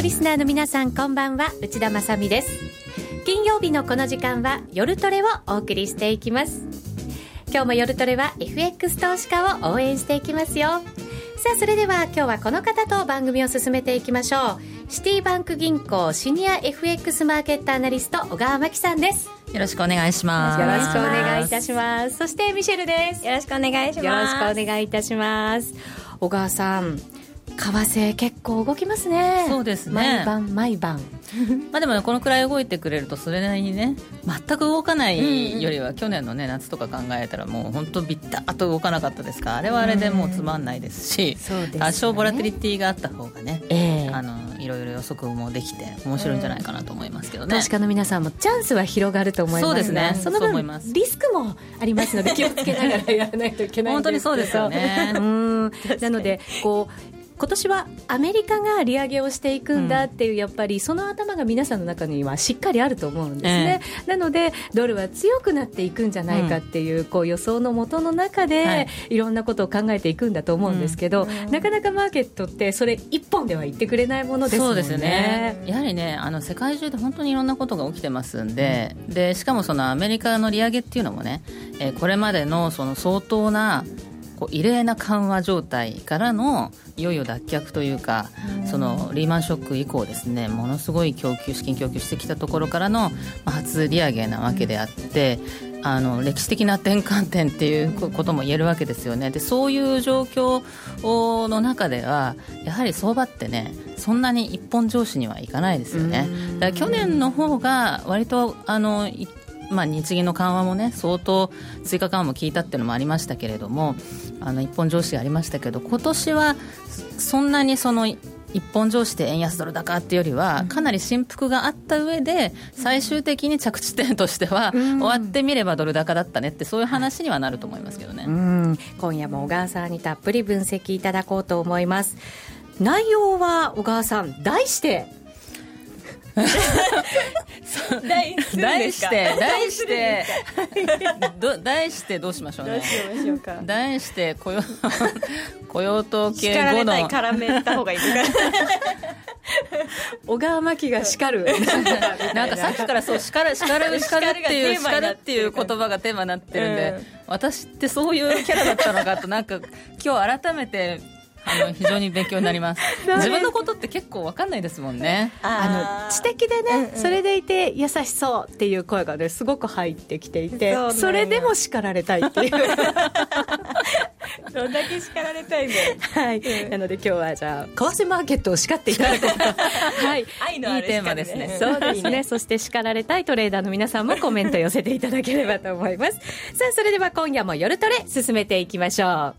リスナーの皆さん、こんばんは、内田まさみです。金曜日のこの時間は夜トレをお送りしていきます。今日も夜トレは FX 投資家を応援していきますよ。さあ、それでは今日はこの方と番組を進めていきましょう。シティバンク銀行シニア FX マーケットアナリスト、小川真希さんです。 よろしくお願いします。 よろしくお願いいたします。そしてミシェルです。 よろしくお願いします。 よろしくお願いいたします。小川さん、為替結構動きますね。 そうですね、 毎晩まあでもね、このくらい動いてくれるとそれなりにね、全く動かないよりは、去年のね、夏とか考えたらもう本当ビッターと動かなかったですから、あれはあれでもうつまんないですし、 そうですね、 多少ボラティリティがあった方がね、いろいろ予測もできて面白いんじゃないかなと思いますけどね。 投資家の皆さんもチャンスは広がると思いますが、 そうですね、 そのそう思います。 分リスクもありますので気をつけながらやらないといけないんですけど、 本当にそうですよね。 なので今年はアメリカが利上げをしていくんだっていう、やっぱりその頭が皆さんの中にはしっかりあると思うんですね、なのでドルは強くなっていくんじゃないかっていう、予想の元の中で、いろんなことを考えていくんだと思うんですけど、なかなかマーケットってそれ一本では言ってくれないものですもんね。 そうですね、やはりね、世界中で本当にいろんなことが起きてますんで、しかもそのアメリカの利上げっていうのもね、これまでのその相当な異例な緩和状態からのいよいよ脱却というか、そのリーマンショック以降ですね、ものすごい資金供給してきたところからの初利上げなわけであって、歴史的な転換点っていうことも言えるわけですよね。で、そういう状況の中ではやはり相場ってね、そんなに一本上司にはいかないですよね。だから去年の方が割と日銀の緩和もね、相当追加緩和も効いたっていうのもありましたけれども、一本上司がありましたけど、今年はそんなにその一本上司で円安ドル高っていうよりは、かなり振幅があった上で最終的に着地点としては、終わってみればドル高だったねって、そういう話にはなると思いますけどね。 今夜も小川さんにたっぷり分析いただこうと思います。内容は小川さん、題して題してどうしましょうね。題して雇用統計後の絡めた方がいい小川真希が叱るなんかさっきからそう叱るっていう言葉がテーマになってるんで、私ってそういうキャラだったのかと、なんか今日改めて非常に勉強になります。自分のことって結構分かんないですもんね。 知的でね、それでいて優しそうっていう声がね、すごく入ってきていて、それでも叱られたいっていうどんだけ叱られたいね。 はい、なので今日はじゃあ為替マーケットを叱っていただこうとはい、 愛のあるいいテーマですね。 そうですね。そして叱られたいトレーダーの皆さんもコメント寄せていただければと思います。さあ、それでは今夜も夜トレ進めていきましょう。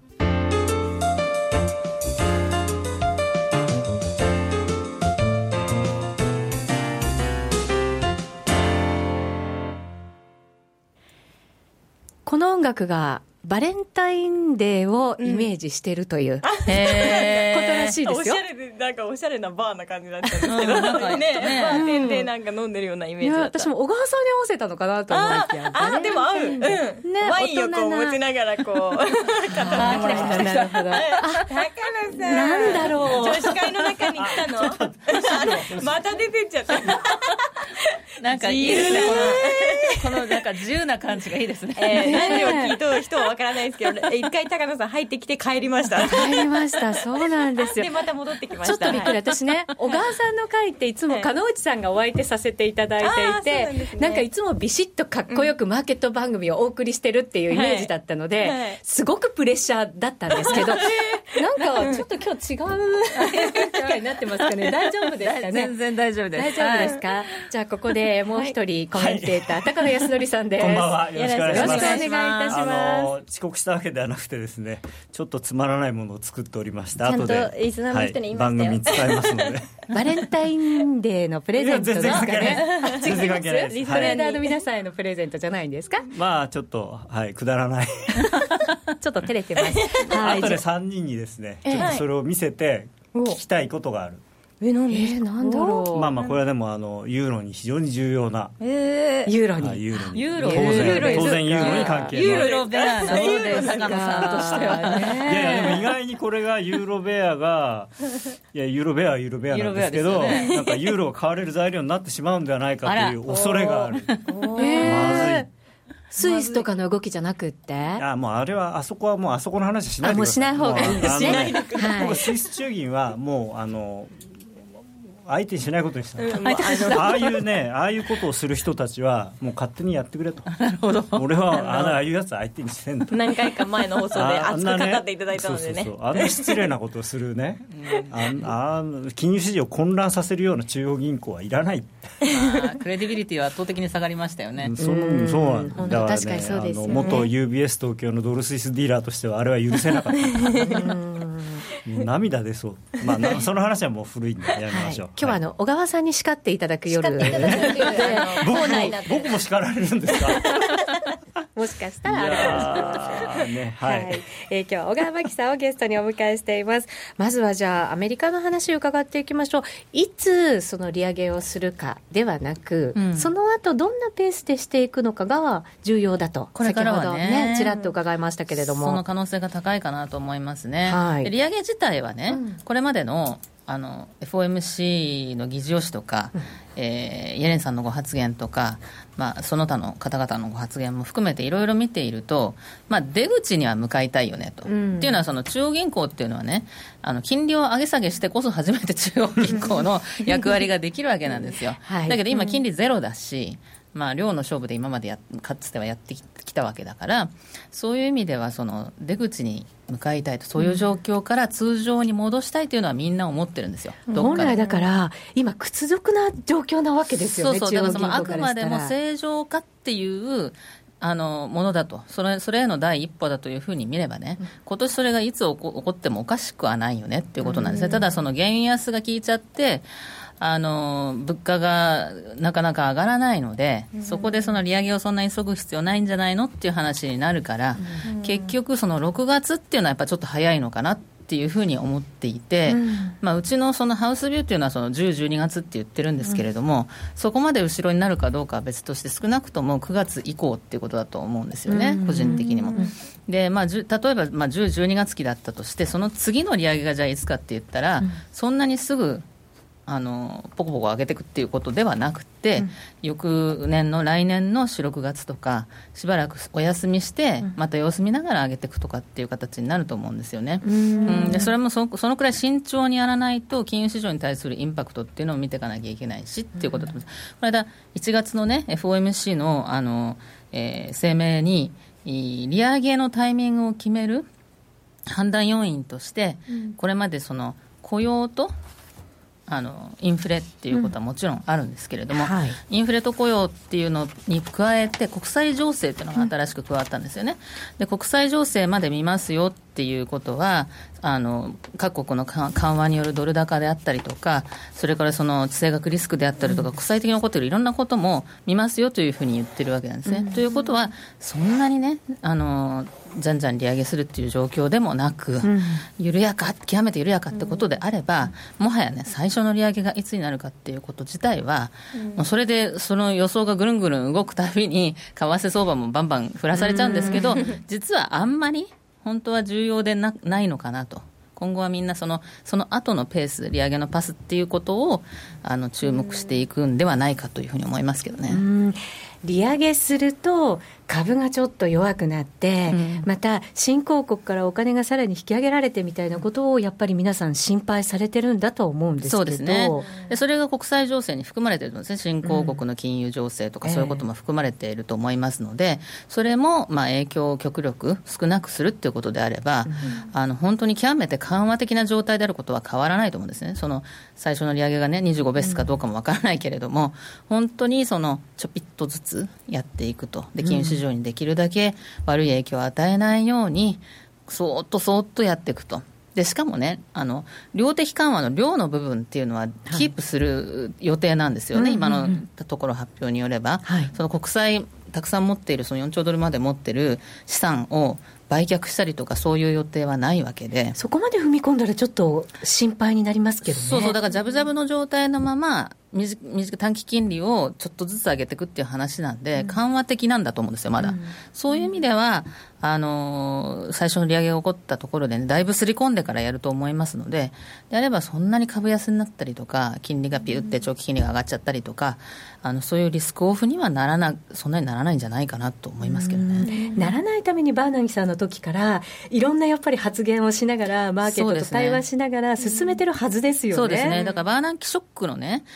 この音楽がバレンタインデーをイメージしているという、ことらしいですよ。 なんかおしゃれなバーな感じだったんですけど、ね、バーテンでなんか飲んでるようなイメージだった。 私も小川さんに合わせたのかなと思いきや、 でも合う、ワインをこう持ちながらこう語ってきた。 なるほど。 高野さん、 なんだろう、 女子会の中に来たのまた出てっちゃった。 なんかいいですね、このなんか自由な感じがいいですね。 何を聞いとる人はわからないですけど、一回高野さん入ってきて帰りました。 そうなんですよ。 でまた戻ってきました。 ちょっとびっくり。私ね、小川さんの会っていつも鹿内さんがお相手させていただいていて、なんかいつもビシッとかっこよくマーケット番組をお送りしてるっていうイメージだったので、すごくプレッシャーだったんですけど、なんかちょっと今日違う機会になってますかね。大丈夫ですかね。 全然大丈夫です。 大丈夫ですか。じゃあここでもう一人コメンテーター、高野康則さんです。 こんばんは。よろしくお願いします。 よろしくお願いいたします。 遅刻したわけではなくてですね、ちょっとつまらないものを作っておりました。 ちゃんとリスナーの人に言いましたよ。 番組使いますので。 バレンタインデーのプレゼントですかね。 全然関係ないです。 トレーダーの皆さんへのプレゼントじゃないんですか。 まあちょっとくだらない。 ちょっと照れてます。 後で3人にですね、ちょっとそれを見せて聞きたいことがある。 なんだろう。 まあこれはでもユーロに非常に重要な、 ユーロに当然ユーロに関係のユーロベアなそうです高野さんとしてはね。 いやでも意外にこれがユーロベアがユーロベアはユーロベアなんですけど、なんかユーロが買われる材料になってしまうんではないかという恐れがある。まずい。 スイスとかの動きじゃなくって、 もうあれはあそこはもうあそこの話しないでください。 もうしない方がいいですね。 僕スイス中銀はもう相手にしないことにした、ああいうことをする人たちはもう勝手にやってくれと。 なるほど。 俺はああいうやつ相手にしてんだ。 何回か前の放送で熱く語っていただいたのでね。 あんな失礼なことをするね金融市場を混乱させるような中央銀行はいらない。 クレディビリティは圧倒的に下がりましたよね。 そうなんだ。 確かにそうですよね。 元 UBS 東京のドルスイスディーラーとしてはあれは許せなかった。涙出そう。その話はもう古いんでやめましょう。 今日は小川さんに叱っていただく夜僕も叱られるんですか。 もしかしたらあるかもしれない。今日は小川真紀さんをゲストにお迎えしています。まずはじゃあアメリカの話を伺っていきましょう。いつその利上げをするかではなく、その後どんなペースでしていくのかが重要だと、 これからはね、 ちらっと伺いましたけれども、 その可能性が高いかなと思いますね。で利上げ自体はね、これまでのFOMC の議事要旨とか、イエレンさんのご発言とか、その他の方々のご発言も含めていろいろ見ていると、出口には向かいたいよねと、っていうのはその中央銀行っていうのはね、金利を上げ下げしてこそ初めて中央銀行の役割ができるわけなんですよ、だけど今金利ゼロだし、量の勝負で今までかつてはやってきたわけだから、そういう意味ではその出口に向かいたいと、そういう状況から通常に戻したいというのはみんな思ってるんですよ。 本来だから今屈辱な状況なわけですよね。 だからそのあくまでも正常化っていうものだと、それへの第一歩だというふうに見ればね、今年それがいつ起こってもおかしくはないよねっていうことなんですね。ただその原安が効いちゃって物価がなかなか上がらないので、そこでその利上げをそんなに急ぐ必要ないんじゃないのっていう話になるから、結局その6月っていうのはやっぱちょっと早いのかなっていうふうに思っていて、うちのそのハウスビューっていうのはその10、12月って言ってるんですけれども、そこまで後ろになるかどうかは別として、少なくとも9月以降っていうことだと思うんですよね、個人的にも。で、例えば10、12月期だったとして、その次の利上げがじゃあいつかって言ったら、そんなにすぐポコポコ上げていくっていうことではなくて、翌年の来年の4、6月とかしばらくお休みしてまた様子見ながら上げていくとかっていう形になると思うんですよね。でそれもそのくらい慎重にやらないと金融市場に対するインパクトっていうのを見ていかなきゃいけないしっていうことだと思います。この間1月のね FOMC の、声明に利上げのタイミングを決める判断要因として、これまでその雇用とインフレっていうことはもちろんあるんですけれども、インフレと雇用っていうのに加えて国際情勢っていうのが新しく加わったんですよね。で国際情勢まで見ますよっていうことは各国の緩和によるドル高であったりとか、それからその地政学リスクであったりとか、国際的に起こっているいろんなことも見ますよというふうに言ってるわけなんですね。ということはそんなにねじゃんじゃん利上げするっていう状況でもなく、緩やか、極めて緩やかってことであれば、もはやね最初の利上げがいつになるかっていうこと自体は、もうそれでその予想がぐるんぐるん動くたびに為替相場もバンバン振らされちゃうんですけど、実はあんまり本当は重要でないのかなと。今後はみんなその後のペース、利上げのパスっていうことを注目していくんではないかというふうに思いますけどね。 利上げすると株がちょっと弱くなって、また新興国からお金がさらに引き上げられてみたいなことをやっぱり皆さん心配されてるんだと思うんですけど。 そうですね。でそれが国際情勢に含まれているんですね。新興国の金融情勢とかそういうことも含まれていると思いますので、それも影響を極力少なくするっていうことであれば、本当に極めて緩和的な状態であることは変わらないと思うんですね。その最初の利上げがね25ベースかどうかもわからないけれども、本当にそのちょぴっとずつやっていくと。で金融市場にできるだけ悪い影響を与えないようにそーっとやっていくと。でしかもね量的緩和の量の部分っていうのはキープする予定なんですよね、今のところ発表によれば、その国債たくさん持っているその4兆ドルまで持っている資産を売却したりとかそういう予定はないわけで、 そこまで踏み込んだらちょっと心配になりますけどね。 そうそう、だからジャブジャブの状態のまま短期金利をちょっとずつ上げていくっていう話なんで、緩和的なんだと思うんですよまだ、そういう意味では最初の利上げが起こったところで、ね、だいぶすり込んでからやると思いますので、であればそんなに株安になったりとか金利がピュって長期金利が上がっちゃったりとか、そういうリスクオフにはそんなにならないんじゃないかなと思いますけどね。 ならないためにバーナギさんの時からいろんなやっぱり発言をしながらマーケットと対話しながら進めてるはずですよね。 そうですね。だからバーナンキショックのね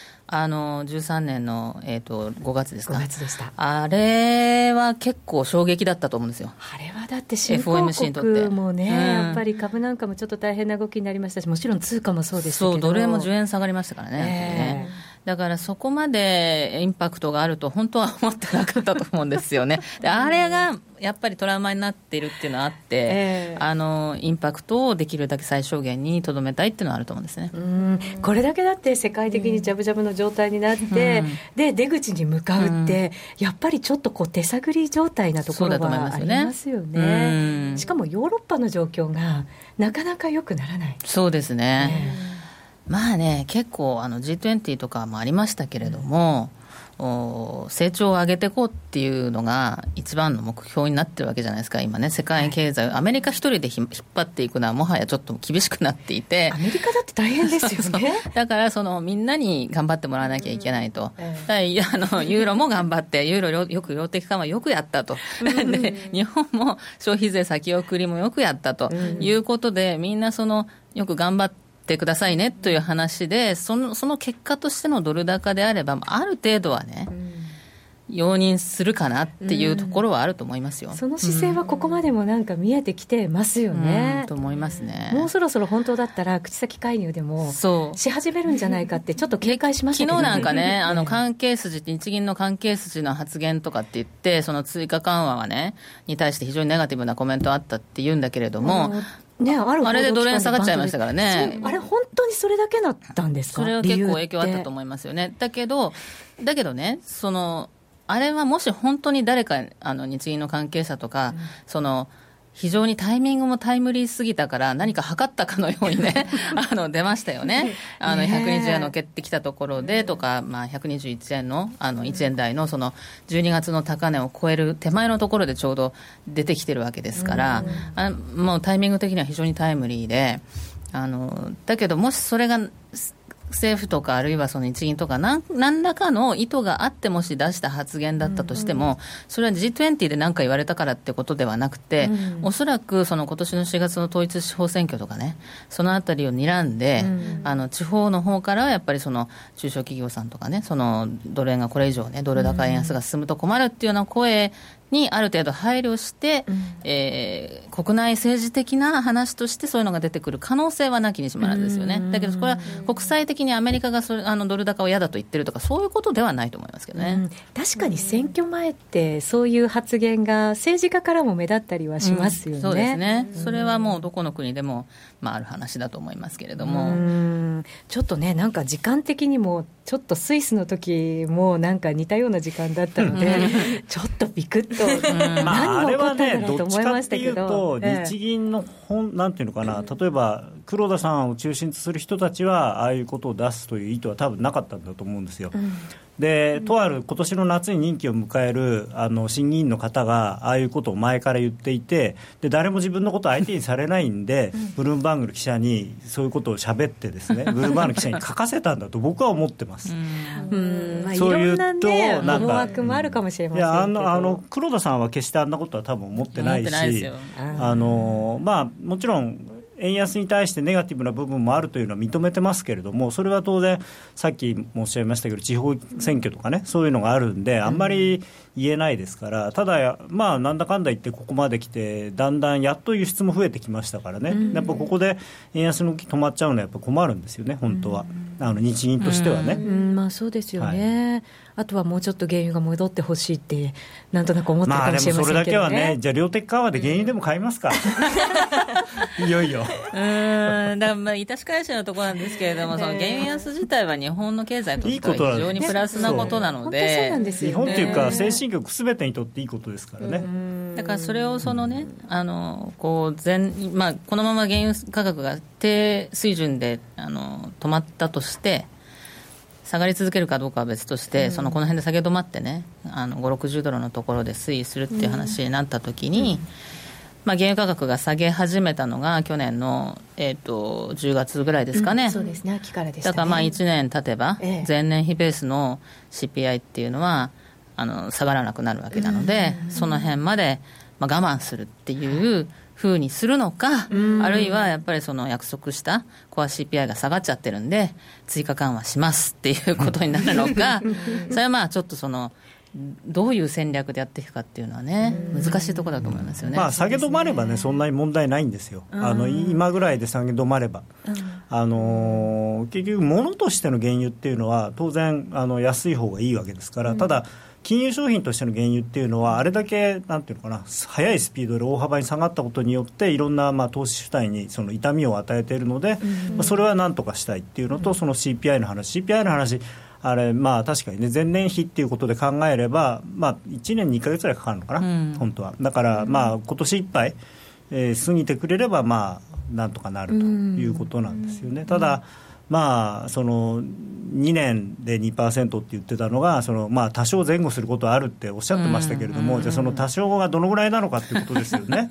13年の、5月ですか。 5月でした。 あれは結構衝撃だったと思うんですよ。 あれはだって新興国もね、やっぱり株なんかもちょっと大変な動きになりましたし、もちろん通貨もそうでしたけど、 そうドル円も10円下がりましたからね。だからそこまでインパクトがあると本当は思ってなかったと思うんですよね。であれがやっぱりトラウマになっているっていうのはあって、インパクトをできるだけ最小限にとどめたいっていうのはあると思うんですね。 これだけだって世界的にジャブジャブの状態になって、で出口に向かうって、やっぱりちょっとこう手探り状態なところはありますよね。しかもヨーロッパの状況がなかなか良くならない。 そうですね。まあね、結構G20 とかもありましたけれども、成長を上げていこうっていうのが一番の目標になってるわけじゃないですか今ね。世界経済、アメリカ一人で引っ張っていくのはもはやちょっと厳しくなっていて、 アメリカだって大変ですよね。 だからみんなに頑張ってもらわなきゃいけないと、ユーロも頑張ってユーロよく量的緩和よくやったと、で日本も消費税先送りもよくやったということで、みんなよく頑張ってくださいねという話で、その結果としてのドル高であればある程度はね、容認するかなっていうところはあると思いますよ。 その姿勢はここまでもなんか見えてきてますよね。 と思いますね。 もうそろそろ本当だったら口先介入でもし始めるんじゃないかってちょっと警戒しましたけどね。 昨日なんかね関係筋、日銀の関係筋の発言とかって言って、その追加緩和はねに対して非常にネガティブなコメントあったって言うんだけれども、あれでドル円下がっちゃいましたからね。 あれ本当にそれだけだったんですか。 それは結構影響あったと思いますよね。だけどね、あれはもし本当に誰か日銀の関係者とか、非常にタイミングもタイムリーすぎたから何か測ったかのようにね出ましたよね。120円の蹴ってきたところでとか、121円の1円台の12月の高値を超える手前のところでちょうど出てきてるわけですから、もうタイミング的には非常にタイムリーで、だけどもしそれが政府とかあるいは日銀とか何らかの意図があってもし出した発言だったとしても、それは G20 で何か言われたからってことではなくて、おそらく今年の4月の統一地方選挙とかね、そのあたりを睨んで、地方の方からはやっぱり中小企業さんとかね、ドル円がこれ以上ねドル高円安が進むと困るっていうような声にある程度配慮して、国内政治的な話としてそういうのが出てくる可能性はなきにしもあらずですよね。だけどこれは国際的にアメリカがドル高を嫌だと言ってるとかそういうことではないと思いますけどね。 確かに選挙前ってそういう発言が政治家からも目立ったりはしますよね。 そうですね。それはもうどこの国でも、ある話だと思いますけれども、 ちょっとねなんか時間的にもちょっとスイスの時もなんか似たような時間だったのでちょっとビクッと何が起こったんだろうと思いましたけど、 どっちかっていうと日銀のなんていうのかな、例えば黒田さんを中心とする人たちはああいうことを出すという意図は多分なかったんだと思うんですよ。でとある今年の夏に任期を迎える審議員の方がああいうことを前から言っていて、で誰も自分のことを相手にされないんでブルームバーグの記者にそういうことを喋ってですねブルームバーグの記者に書かせたんだと僕は思ってます。 そういうといろんな、思惑もあるかもしれませんけど、 黒田さんは決してあんなことは多分思ってないし、もちろん円安に対してネガティブな部分もあるというのは認めてますけれども、それは当然さっきもおっしゃいましたけど地方選挙とかねそういうのがあるんであんまり言えないですから、ただなんだかんだ言ってここまで来てだんだんやっと輸出も増えてきましたからね、やっぱここで円安の動き止まっちゃうのはやっぱ困るんですよね本当は、日銀としてはね。 そうですよね、あとはもうちょっと原油が戻ってほしいってなんとなく思ってるかもしれませんけどね。 でもそれだけはね、じゃあ量的緩和で原油でも買いますかいよいよだから致し返しのところなんですけれども、その原油安自体は日本の経済としては非常にプラスなことなので、 日本というか先進国すべてにとっていいことですからね。 だからそれをそのね、このまま原油価格が低水準で止まったとして下がり続けるかどうかは別として、この辺で下げ止まってね、5、60ドルのところで推移するっていう話になったときに、原油価格が下げ始めたのが去年の、10月ぐらいですかね、 そうですね、秋からでしたね。 だから1年経てば、前年比ベースの CPI っていうのは下がらなくなるわけなので、その辺まで、我慢するっていう風にするのか、あるいはやっぱりその約束したコア CPI が下がっちゃってるんで追加緩和しますっていうことになるのかそれはちょっとどういう戦略でやっていくかっていうのはね、難しいところだと思いますよね。 下げ止まればね、そんなに問題ないんですよ。今ぐらいで下げ止まれば、結局物としての原油っていうのは当然安い方がいいわけですから、ただ金融商品としての原油っていうのはあれだけなんていうのかな、速いスピードで大幅に下がったことによっていろんな投資主体にその痛みを与えているので、それはなんとかしたいっていうのと、その CPI の話あれ確かにね、前年比っていうことで考えれば、1年2ヶ月ぐらいかかるのかな、本当は。だから今年いっぱい、過ぎてくれればなんとかなるということなんですよね。ただその2年で 2% って言ってたのが多少前後することはあるっておっしゃってましたけれども、じゃあその多少がどのぐらいなのかっていうことですよね。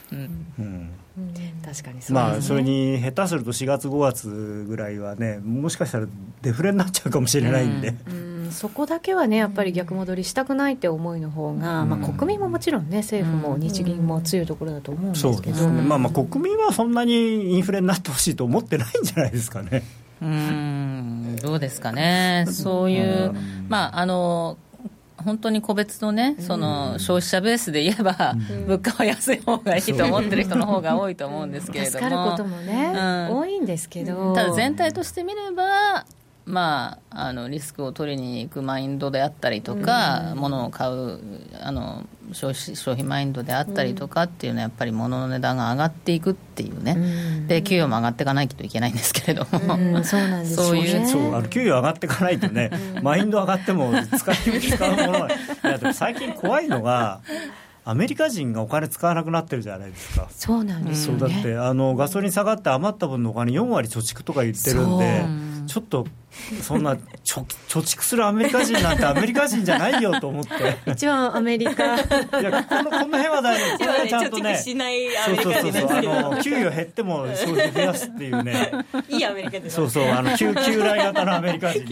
確かにそうですね。 それに下手すると4月5月ぐらいはね、もしかしたらデフレになっちゃうかもしれないんで、 そこだけはねやっぱり逆戻りしたくないって思いの方が、国民ももちろんね、政府も日銀も強いところだと思うんですけど、 そうですね、国民はそんなにインフレになってほしいと思ってないんじゃないですかね。 どうですかね。そういう本当に個別のね、消費者ベースで言えば、物価は安い方がいいと思ってる人の方が多いと思うんですけれども、 助かることもね、多いんですけど、 ただ全体として見ればリスクを取りに行くマインドであったりとか、物を買う消費マインドであったりとかっていうのはやっぱり物の値段が上がっていくっていうね、で給与も上がっていかないといけないんですけれども、 そうなんですよね。 給与上がっていかないとねマインド上がっても使うものはでも最近怖いのがアメリカ人がお金使わなくなってるじゃないですか。 そうなんですよね。 だってガソリン下がって余った分のお金4割貯蓄とか言ってるんで、ちょっとそんな貯蓄するアメリカ人なんてアメリカ人じゃないよと思って一番アメリカいやこの辺は大丈夫、これはちゃんとね、 貯蓄しないアメリカ人ですけど、 給与減っても消費増やすっていうねいいアメリカ人、 旧来型のアメリカ人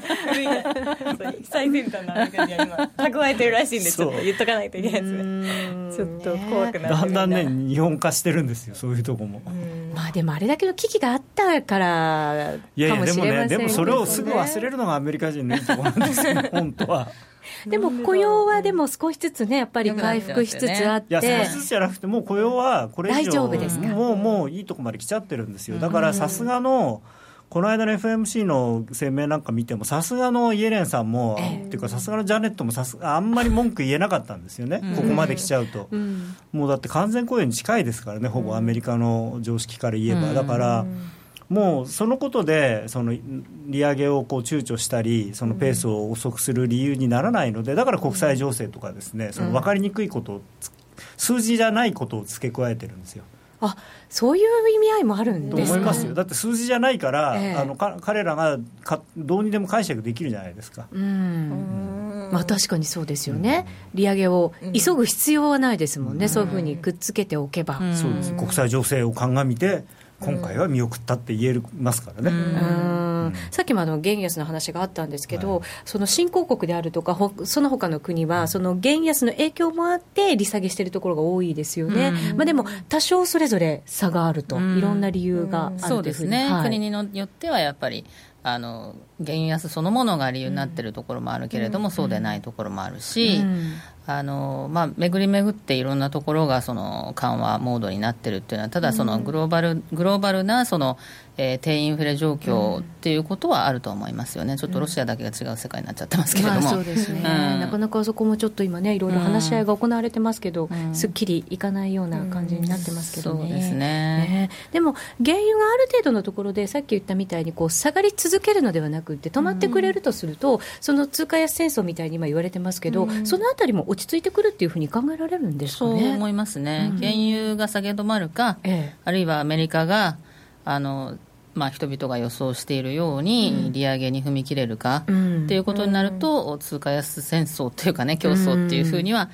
最先端のアメリカ人が今蓄えてるらしいんで、ちょっと言っとかないといけないですね。ちょっと怖くなってだんだんね日本化してるんですよ、そういうとこも。 でもあれだけの危機があったからかもしれませんけどね。 でもそれをすぐ忘れるのがアメリカ人のいいところなんですよ本当は。 でも雇用はでも少しずつねやっぱり回復しつつあって、 いや少しずつじゃなくてもう雇用はこれ以上大丈夫ですか。 もういいとこまで来ちゃってるんですよ。だからさすがのこの間の FMC の声明なんか見てもさすがのイエレンさんも、っていうかさすがのジャネットもあんまり文句言えなかったんですよね、ここまで来ちゃうと、もうだって完全雇用に近いですからね、ほぼアメリカの常識から言えば、だからもうそのことでその利上げを躊躇したりそのペースを遅くする理由にならないので、だから国際情勢とかですね、その分かりにくいことを数字じゃないことを付け加えてるんですよ。 そういう意味合いもあるんですか。 と思いますよ。だって数字じゃないから、彼らがどうにでも解釈できるじゃないですか。 確かにそうですよね。利上げを急ぐ必要はないですもんね、そういうふうにくっつけておけば。 そうです。国際情勢を鑑みて今回は見送ったって言えますからね。 さっきも原安の話があったんですけど、その新興国であるとかその他の国はその原安の影響もあって利下げしているところが多いですよね。でも多少それぞれ差があると、いろんな理由があるというふうに、 そうですね、国によってはやっぱり原安そのものが理由になっているところもあるけれども、そうでないところもあるし、巡り巡っていろんなところがその緩和モードになっているっていうのは、ただそのグローバルなその低インフレ状況っていうことはあると思いますよね。ちょっとロシアだけが違う世界になっちゃってますけれども、 そうですね、なかなかそこもちょっと今ねいろいろ話し合いが行われてますけど、すっきりいかないような感じになってますけどね。 そうですね。 でも原油がある程度のところでさっき言ったみたいにこう下がり続けるのではなくて止まってくれるとすると、その通貨安戦争みたいに今言われてますけど、そのあたりも落ち着いてくるっていうふうに考えられるんですかね。 そう思いますね、原油が下げ止まるか、あるいはアメリカが人々が予想しているように利上げに踏み切れるかっていうことになると、通貨安戦争というかね、競争っていうふうには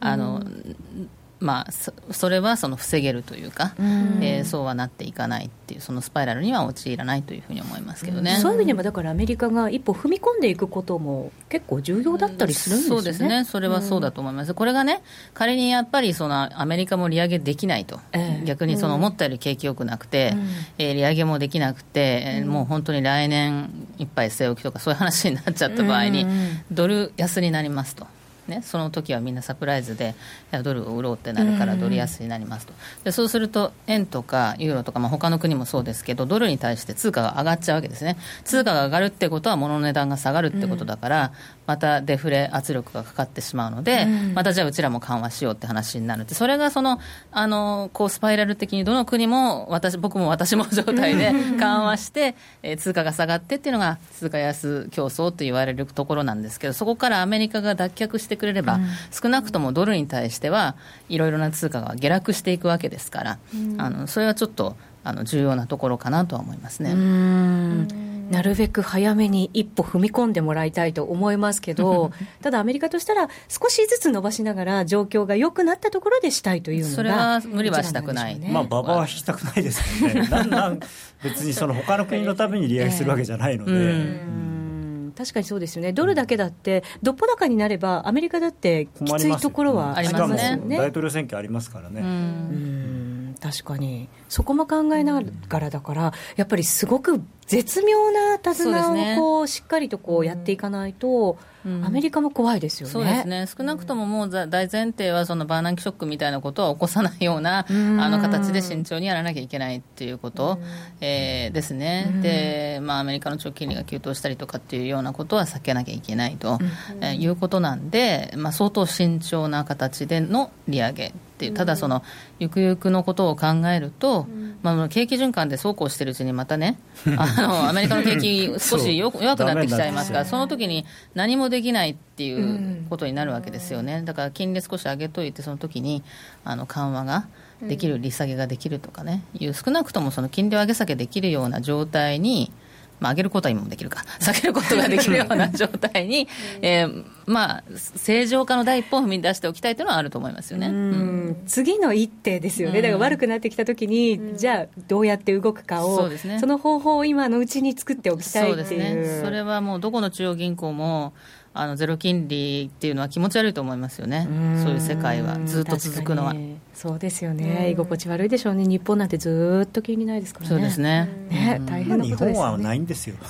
それはその防げるというか、そうはなっていかないっていう、そのスパイラルには陥らないというふうに思いますけどね。 そういう意味でもだからアメリカが一歩踏み込んでいくことも結構重要だったりするんですね。 そうですね、それはそうだと思います。これがね、仮にやっぱりそのアメリカも利上げできないと、逆にその思ったより景気良くなくて、利上げもできなくて、もう本当に来年いっぱい据え置きとかそういう話になっちゃった場合に、ドル安になりますと。ね、その時はみんなサプライズでドルを売ろうってなるからドル安になりますと。でそうすると円とかユーロとか、他の国もそうですけど、ドルに対して通貨が上がっちゃうわけですね。通貨が上がるってことは物の値段が下がるってことだから、またデフレ圧力がかかってしまうので、またじゃあうちらも緩和しようって話になるって、それがそのこうスパイラル的にどの国も僕も私も状態で緩和して、通貨が下がってっていうのが通貨安競争と言われるところなんですけど、そこからアメリカが脱却してくれれば、少なくともドルに対してはいろいろな通貨が下落していくわけですから、それはちょっと重要なところかなとは思いますね。 なるべく早めに一歩踏み込んでもらいたいと思いますけどただアメリカとしたら少しずつ伸ばしながら状況が良くなったところでしたいというのが、 それは無理はしたくない、 馬場は引きたくないですよねだんだん別にその他の国のために利上げするわけじゃないので、 確かにそうですよね。ドルだけだってどっぽ高になればアメリカだってきついところはありますよね。 しかも大統領選挙ありますからね。 確かにそこも考えながらだから、やっぱりすごく絶妙な手綱をこうしっかりとこうやっていかないと、アメリカも怖いですよね。 そうですね。少なくとももう大前提はそのバーナンキショックみたいなことは起こさないような形で慎重にやらなきゃいけないっていうこと、ですね。で、アメリカの長期金利が急騰したりとかっていうようなことは避けなきゃいけないと、いうことなんで、相当慎重な形での利上げっていう。ただそのゆくゆくのことを考えると、景気循環でそうこうしてるうちにまたねアメリカの景気少し弱くなってきちゃいますから、その時に何もできないっていうことになるわけですよね。だから金利少し上げといて、その時に緩和ができる、利下げができるとかね、いう少なくともその金利を上げ下げできるような状態に、上げることは今もできるか、下げることができるような状態に、正常化の第一歩を踏み出しておきたいというのはあると思いますよね。 次の一手ですよね。だから悪くなってきたときに、じゃあどうやって動くかを、その方法を今のうちに作っておきたいっていう。 そうですね。それはもうどこの中央銀行もゼロ金利っていうのは気持ち悪いと思いますよね。そういう世界はずっと続くのは。 そうですよね。居心地悪いでしょうね。日本なんてずっと金利ないですからね。 そうですね。 大変なことですよね。 日本はないんですよ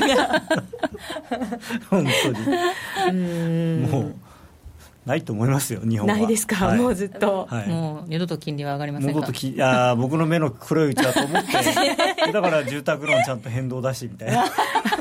本当にもうないと思いますよ、日本は。 ないですか、もうずっと、 もう二度と金利は上がりませんか。 僕の目の黒いうちだと思ってだから住宅ローンちゃんと変動だしみたいな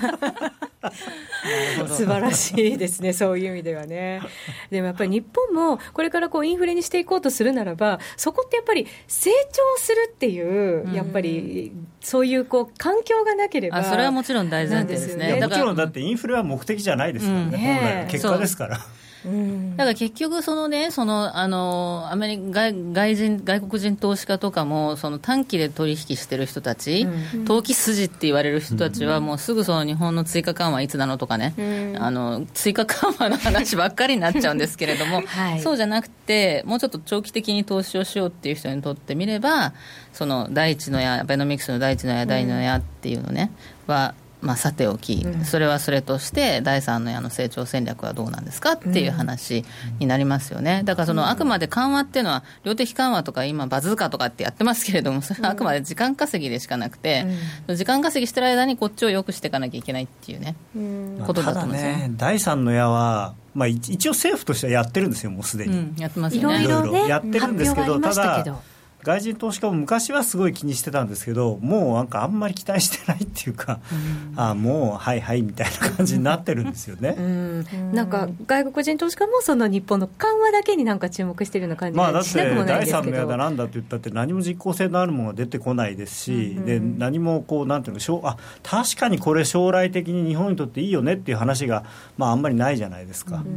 素晴らしいですね、そういう意味ではね。でもやっぱり日本もこれからこうインフレにしていこうとするならば、そこってやっぱり成長するっていう、やっぱりそういうこう環境がなければ。 それはもちろん大前提ですね。 もちろんだってインフレは目的じゃないですからね、本来は結果ですから。 だから結局アメリカ外国人投資家とかもその短期で取引してる人たち、投機筋って言われる人たちはもうすぐその日本の追加緩和いつなのとかね、追加緩和の話ばっかりになっちゃうんですけれども、そうじゃなくてもうちょっと長期的に投資をしようっていう人にとってみれば、その第一の矢、アベノミクスの第一の矢、第二の矢っていうのねはさておき、それはそれとして第三の矢の成長戦略はどうなんですかっていう話になりますよね。だからあくまで緩和っていうのは量的緩和とか今バズーカとかってやってますけれども、それはあくまで時間稼ぎでしかなくて、時間稼ぎしてる間にこっちを良くしていかなきゃいけないっていうね、ことだと思うんですよ。 ただね、第三の矢は一応政府としてはやってるんですよ、もうすでに、 やってますよね。 いろいろねやってるんですけど、ただ外人投資家も昔はすごい気にしてたんですけど、もうなんかあんまり期待してないっていうか、もうはいはいみたいな感じになってるんですよね。 なんか外国人投資家もその日本の緩和だけになんか注目しているような感じがしなくもないんですけど、 だって第3の矢だなんだって言ったって何も実効性のあるものが出てこないですし、で何もこうなんていうの、確かにこれ将来的に日本にとっていいよねっていう話が、あんまりないじゃないですか。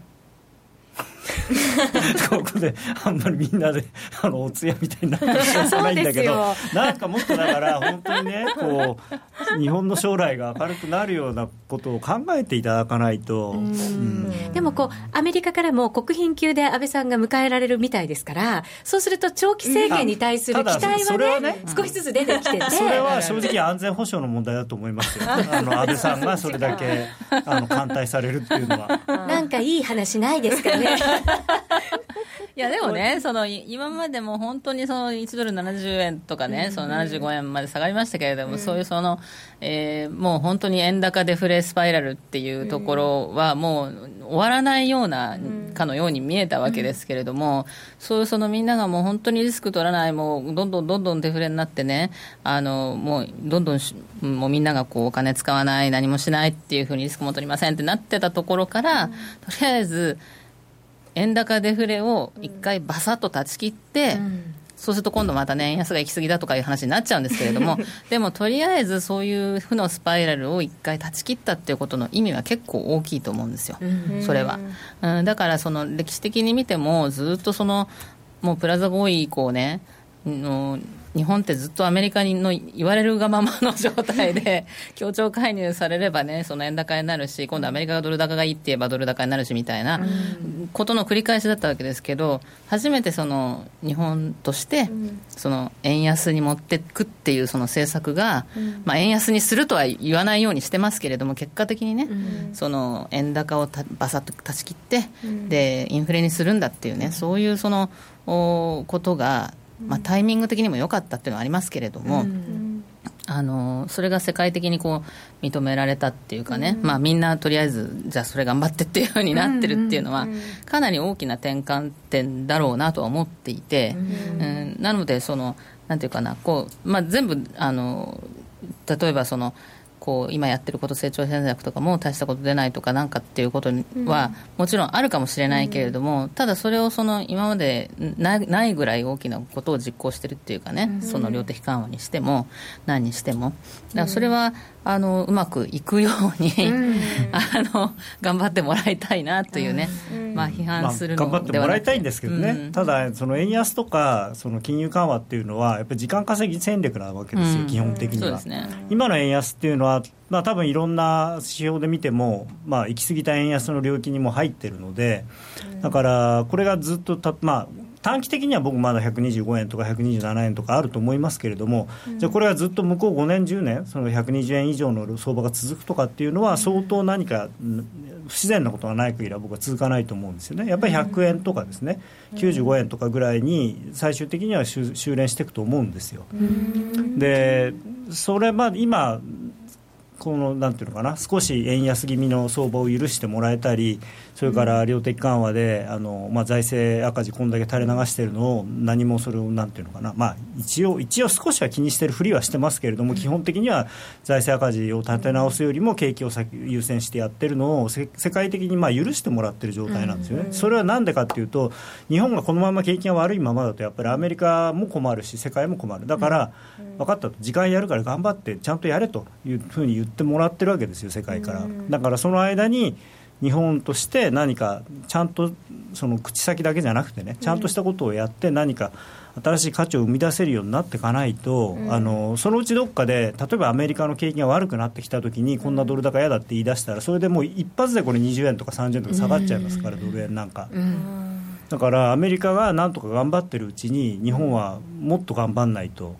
ここであんまりみんなでお通夜みたいになってるしかないんだけどなんかもっとだから本当にねこう日本の将来が明るくなるようなことを考えていただかないと。 でもこうアメリカからも国賓級で安倍さんが迎えられるみたいですから、そうすると長期政権に対する期待は ね少しずつ出てきてて、 それは正直安全保障の問題だと思いますよ安倍さんがそれだけ歓待されるっていうのはなんかいい話ないですかねいやでもね、その今までも本当にその1ドル70円とかね、その75円まで下がりましたけれども、そういうその、もう本当に円高デフレスパイラルっていうところはもう終わらないようなかのように見えたわけですけれども、そういうそのみんながもう本当にリスク取らない、もうどんどんデフレになってね、もうどんどんもうみんながこうお金使わない、何もしないっていうふうにリスクも取りませんってなってたところから、とりあえず円高デフレを一回バサッと断ち切って、そうすると今度またね円安が行き過ぎだとかいう話になっちゃうんですけれどもでもとりあえずそういう負のスパイラルを一回断ち切ったっていうことの意味は結構大きいと思うんですよ、それは、だからその歴史的に見てもずっとそのもうプラザ合意以降ね日本ってずっとアメリカの言われるがままの状態で協調介入されればねその円高になるし、今度アメリカがドル高がいいって言えばドル高になるしみたいなことの繰り返しだったわけですけど、初めてその日本としてその円安に持っていくっていうその政策が、円安にするとは言わないようにしてますけれども、結果的にねその円高をバサッと断ち切ってでインフレにするんだっていうね、そういうそのことがタイミング的にも良かったっていうのはありますけれども、それが世界的にこう認められたっていうかね、みんなとりあえずじゃあそれ頑張ってっていう風になってるっていうのはかなり大きな転換点だろうなとは思っていて、なのでそのなんていうかなこう、全部例えばそのこう今やってること成長戦略とかも大したこと出ないとかなんかっていうことはもちろんあるかもしれないけれども、ただそれをその今までないぐらい大きなことを実行してるっていうかね、その量的緩和にしても何にしても、だからそれはうまくいくように頑張ってもらいたいなというね、批判するのではなくて、 頑張ってもらいたいんですけどね、ただその円安とかその金融緩和っていうのはやっぱり時間稼ぎ戦略なわけですよ、基本的には。 そうですね、 今の円安っていうのは多分いろんな指標で見ても、行き過ぎた円安の領域にも入っているので、だからこれがずっと短期的には僕まだ125円とか127円とかあると思いますけれども、じゃあこれがずっと向こう5年10年その120円以上の相場が続くとかっていうのは相当何か不自然なことがない限りは僕は続かないと思うんですよね。やっぱり100円とかですね、95円とかぐらいに最終的には修練していくと思うんですよ。でそれ今このなんていうのかな、少し円安気味の相場を許してもらえたり、それから量的緩和で財政赤字こんだけ垂れ流しているのを何もそれをなんていうのかな、一応少しは気にしてるふりはしてますけれども、基本的には財政赤字を立て直すよりも景気を優先してやってるのを世界的に許してもらってる状態なんですよね。それはなんでかっていうと、日本がこのまま景気が悪いままだとやっぱりアメリカも困るし世界も困る。だから分かったと、時間やるから頑張ってちゃんとやれというふうに言ってもらってるわけですよ、世界から。だからその間に日本として何かちゃんとその口先だけじゃなくてね、ちゃんとしたことをやって何か新しい価値を生み出せるようになっていかないと、そのうちどっかで例えばアメリカの景気が悪くなってきたときにこんなドル高嫌だって言い出したら、それでもう一発でこれ20円とか30円とか下がっちゃいますから、ドル円なんか。だからアメリカがなんとか頑張ってるうちに日本はもっと頑張んないと。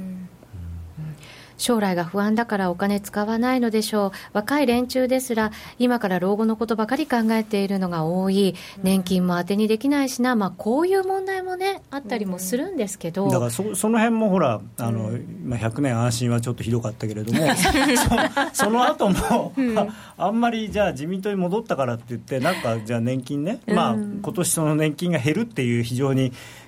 将来が不安だからお金使わないのでしょう。若い連中ですら今から老後のことばかり考えているのが多い。年金も当てにできないしな、こういう問題もねあったりもするんですけど、 だからその辺もほら100年安心はちょっとひどかったけれどもその後も、あんまりじゃあ自民党に戻ったからって言ってなんかじゃあ年金ね、今年その年金が減るっていう非常に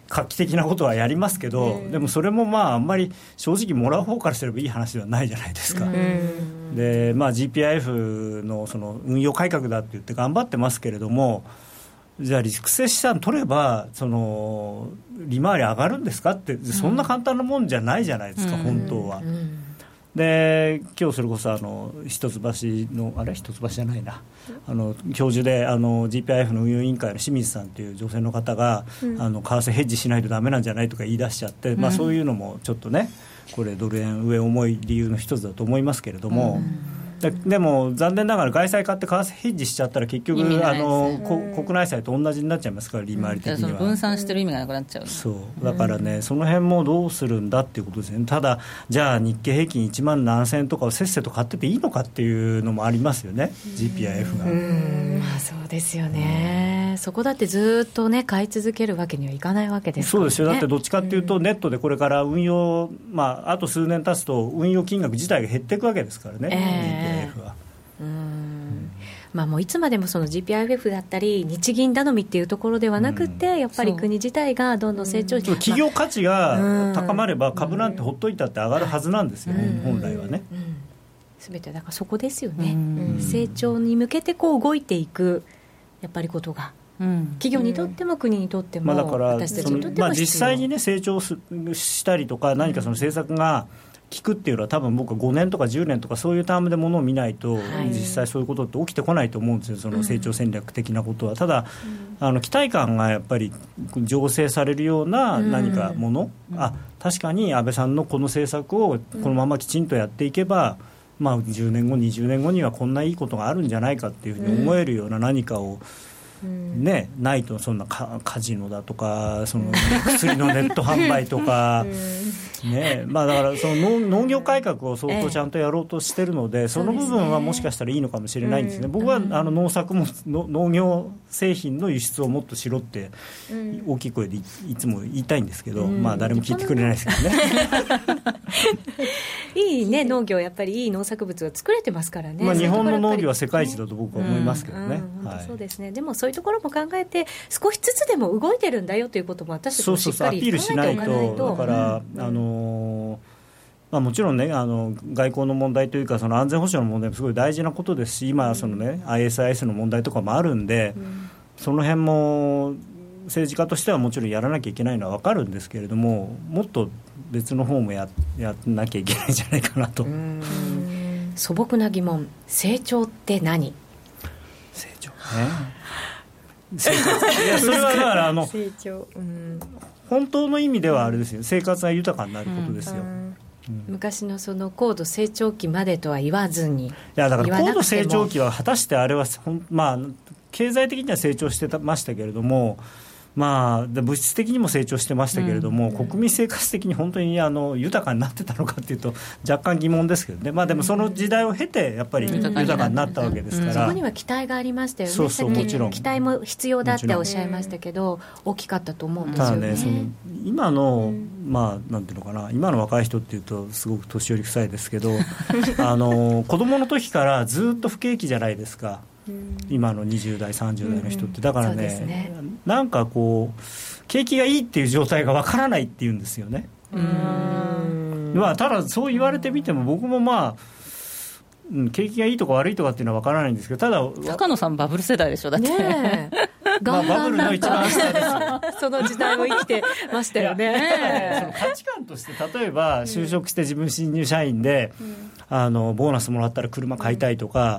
画期的なことはやりますけど、でもそれもあんまり正直もらう方からすればいい話ではないじゃないですか。で、GPIF のその運用改革だって言って頑張ってますけれども、じゃあリスク性資産取ればその利回り上がるんですかって、そんな簡単なもんじゃないじゃないですか、本当は。で今日それこそ一橋の一橋じゃないな教授でGPIF の運用委員会の清水さんという女性の方が、為替ヘッジしないとダメなんじゃないとか言い出しちゃって、そういうのもちょっとねこれドル円上重い理由の一つだと思いますけれども、でも残念ながら外債買って為替ヘッジしちゃったら結局国内債と同じになっちゃいますから、利回り的には、 その分散してる意味がなくなっちゃう。 そうだからね、その辺もどうするんだっていうことですね。ただじゃあ日経平均1万7000円とかをせっせと買ってていいのかっていうのもありますよね、GPIF が。 そうですよね。そこだってずっとね買い続けるわけにはいかないわけですからね。 そうですよ。だってどっちかっていうとネットでこれから運用、あと数年経つと運用金額自体が減っていくわけですからね、GPIF は。 もういつまでもその GPIF だったり日銀頼みっていうところではなくて、やっぱり国自体がどんどん成長して、 企業価値が高まれば株なんてほっといたって上がるはずなんですよ、本来はね。 全てだからそこですよね、成長に向けてこう動いていくやっぱりことが、企業にとっても国にとっても、 だから私たちにとっても必要。 実際にね成長したりとか何かその政策が効くっていうのは多分僕は5年とか10年とかそういうタームでものを見ないと、実際そういうことって起きてこないと思うんですよ、その成長戦略的なことは。ただ期待感がやっぱり醸成されるような何かもの、確かに安倍さんのこの政策をこのままきちんとやっていけば、10年後20年後にはこんないいことがあるんじゃないかっていうふうに思えるような何かをないと、そんなカジノだとかその薬のネット販売とか、だからその農業改革を相当ちゃんとやろうとしてるので、その部分はもしかしたらいいのかもしれないんですね。僕は農作物農業製品の輸出をもっとしろって大きい声でいつも言いたいんですけど、誰も聞いてくれないですけどねいいね、農業やっぱりいい農作物が作れてますからね。 日本の農業は世界一だと僕は思いますけどね。 本当そうですね。でもそういうところも考えて少しずつでも動いてるんだよということも私たちもしっかり考えておかないと。 アピールしないと。だからもちろんね外交の問題というかその安全保障の問題もすごい大事なことですし、今そのISIS の問題とかもあるんで、その辺も政治家としてはもちろんやらなきゃいけないのは分かるんですけれども、もっと別の方もやらなきゃいけないんじゃないかなと。 素朴な疑問、成長って何？ 成長ね生活いやそれはだから成長、 本当の意味ではあれですよ、生活が豊かになることですよ。 昔のその高度成長期までとは言わずに、 いやだから高度成長期は果たしてあれは経済的には成長してましたけれども、物質的にも成長してましたけれども、国民生活的に本当に豊かになってたのかっていうと若干疑問ですけどね。でもその時代を経てやっぱり豊かになったわけですから、 そこには期待がありましたよね。 そうそう、もちろん期待も必要だっておっしゃいましたけど、大きかったと思うんですよね。 ただね、その今のなんていうのかな、今の若い人っていうとすごく年寄り臭いですけど子供の時からずっと不景気じゃないですか、今の20代30代の人って。だからね、なんかこう景気がいいっていう状態がわからないっていうんですよね。ただそう言われてみても僕も景気がいいとか悪いとかっていうのはわからないんですけど、ただ高野さんバブル世代でしょ、だってねバブルの一番下ですよその時代を生きてましたよね。 その価値観として例えば就職して自分新入社員で、ボーナスもらったら車買いたいとか、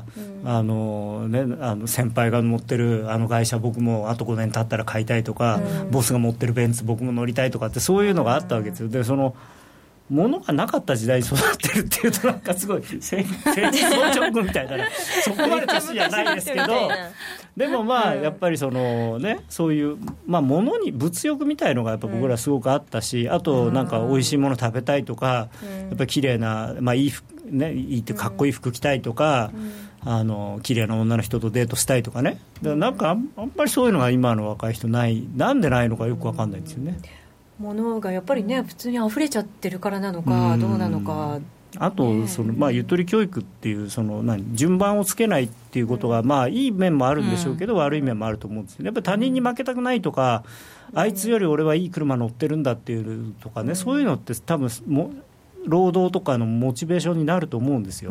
先輩が持ってる会社僕もあと5年経ったら買いたいとか、ボスが持ってるベンツ僕も乗りたいとかって、そういうのがあったわけですよ。でその物がなかった時代に育ってるっていうとなんかすごい成長直みたいなねそこまで年じゃないですけどでもやっぱりそのね、そういう物に物欲みたいのがやっぱ僕らすごくあったし、あとなんか美味しいもの食べたいとか、やっぱり綺麗ないい服ね、いいってかっこいい服着たいとか、綺麗な女の人とデートしたいとかね。だからなんかあんまりそういうのが今の若い人なんでないのかよく分かんないんですよね。 物がやっぱりね普通に溢れちゃってるからなのかどうなのか。 あとゆとり教育っていう順番をつけないっていうことが、いい面もあるんでしょうけど、悪い面もあると思うんですけど、やっぱり他人に負けたくないとか、あいつより俺はいい車乗ってるんだっていうとかね、そういうのって多分労働とかのモチベーションになると思うんですよ。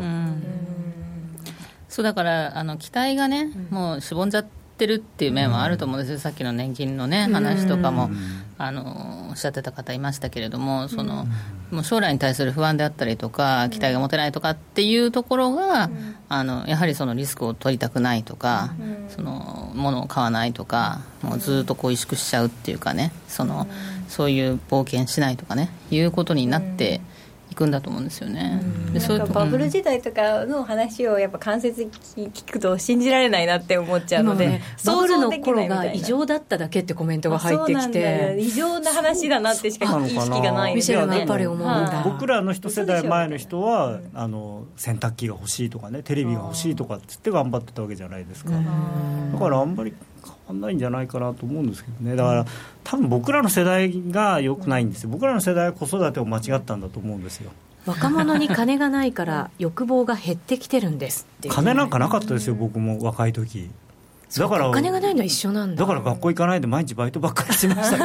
そうだから期待がね、もうしぼんじゃってるっていう面はあると思うんですよ。さっきの年金のね話とかも、おっしゃってた方いましたけれども、もう将来に対する不安であったりとか、期待が持てないとかっていうところが、やはりそのリスクを取りたくないとか、物を買わないとか、もうずっとこう萎縮しちゃうっていうかね、そういう冒険しないとかね、いうことになっていくんだと思うんですよね。でなんかバブル時代とかの話をやっぱ間接聞くと信じられないなって思っちゃうので、 バブルの頃が異常だっただけってコメントが入ってきて、 異常な話だなってしか意識がないミシェルがやっぱり思うんだ。 僕らの一世代前の人は洗濯機が欲しいとかね、テレビが欲しいとかって言って頑張ってたわけじゃないですか。だからあんまり変わんないんじゃないかなと思うんですけどね。だから多分僕らの世代が良くないんですよ。僕らの世代は子育てを間違ったんだと思うんですよ。 若者に金がないから欲望が減ってきてるんですっていう。 金なんかなかったですよ、僕も若い時。だからお金がないのは一緒なんだ。 だから学校行かないで毎日バイトばっかりしました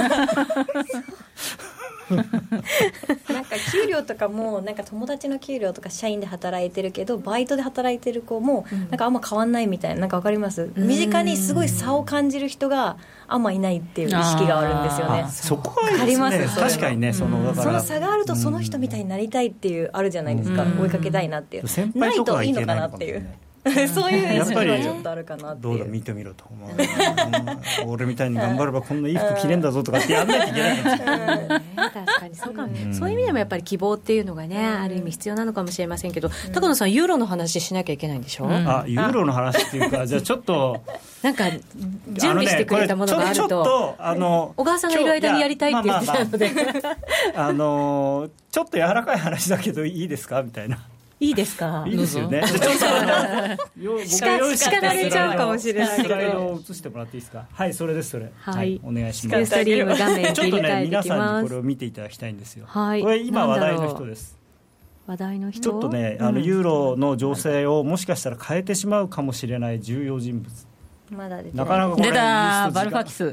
なんか給料とかもなんか友達の給料とか社員で働いてるけどバイトで働いてる子もなんかあんま変わんないみたいな、なんか分かります？身近にすごい差を感じる人があんまいないっていう意識があるんですよね。 そこはいいですね。確かにね、 だからその差があるとその人みたいになりたいっていうあるじゃないですか、追いかけたいなっていう、 先輩とかはいけないのかもしれない。 そういう意識がちょっとあるかなっていう。 どうだ見てみろと思う俺みたいに頑張ればこんないい服着れんだぞとかってやんないといけないんですよ確かにそうかも、そういう意味でもやっぱり希望っていうのがね、ある意味必要なのかもしれませんけど、高野さんユーロの話しなきゃいけないんでしょ。 ユーロの話っていうか、じゃあちょっとなんか準備してくれたものがあると、小川さんがいる間にやりたいって言ってたのでちょっと柔らかい話だけどいいですかみたいな。 いいですか。 いいですよね。ちょっと叱られちゃうかもしれないけど、 スライドを映してもらっていいですか。はい、それです。それ、 はい、 お願いします。 ストリーム画面ちょっとね、皆さんにこれを見ていただきたいんですよ。 はい、 これ今話題の人です。 話題の人。 ちょっとね、ユーロの情勢をもしかしたら変えてしまうかもしれない重要人物。 まだ出てなかなかこれ出たバルファキス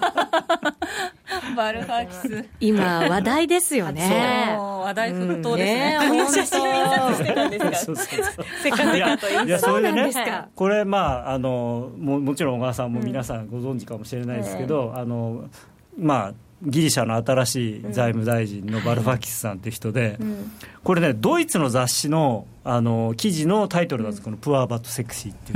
バルファキス今話題ですよね。 そう話題沸騰ですね。 この写真見させてたんですか。 そうせっかくだといやそれでね、これもちろん小川さんも皆さんご存知かもしれないですけど、ギリシャの新しい財務大臣のバルファキスさんという人で、これねドイツの雑誌の記事のタイトルなんです、このプアーバットセクシーっていう。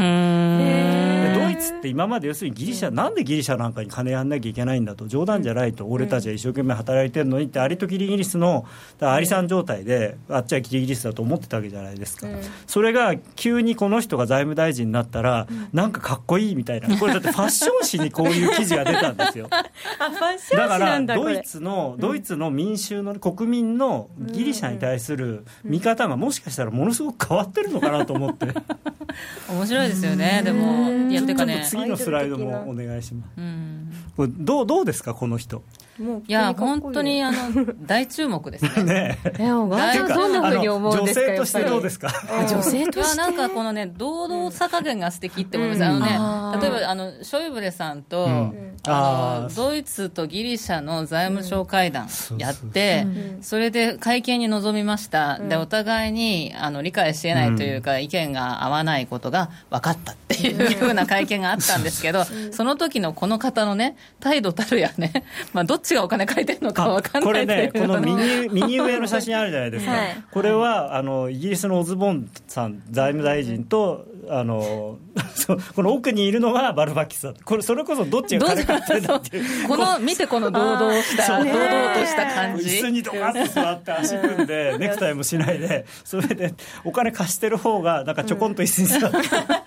でドイツって今まで要するにギリシャ、なんでギリシャなんかに金やんなきゃいけないんだと、冗談じゃないと、俺たちは一生懸命働いてるのにってアリとキリギリスのアリさん状態であっちはキリギリスだと思ってたわけじゃないですか。それが急にこの人が財務大臣になったらなんかかっこいいみたいな、これだってファッション誌にこういう記事が出たんですよ。 ファッション誌なんだ。 ドイツの民衆の国民のギリシャに対する見方がもしかしたらものすごく変わってるのかなと思って面白いですよね。でもちょっと次のスライドもお願いします。これどうですかこの人。 いや本当に大注目ですね。 小川さんどんなふうに思うんですか。 女性としてどうですか。 女性としてなんかこのね堂々さ加減が素敵って思います。例えばショイブレさんと、ドイツとギリシャの財務省会談やって、それで会見に臨みました。でお互いに理解し得ないというか、意見が合わないことが分かったっていうふうな会見があったんですけど、その時のこの方のね態度たるやね、どっちがお金借りてるのか分かんないっていう。 これね、この右上の写真あるじゃないですか。これはイギリスのオズボーンさん財務大臣とこの奥にいるのがバルファキスだ。これそれこそどっちが金借りてるんだっていうこの見てこの堂々とした感じ。 椅子にドカッと座って足組んでネクタイもしないで、それでお金貸してる方がなんかちょこんと椅子に座って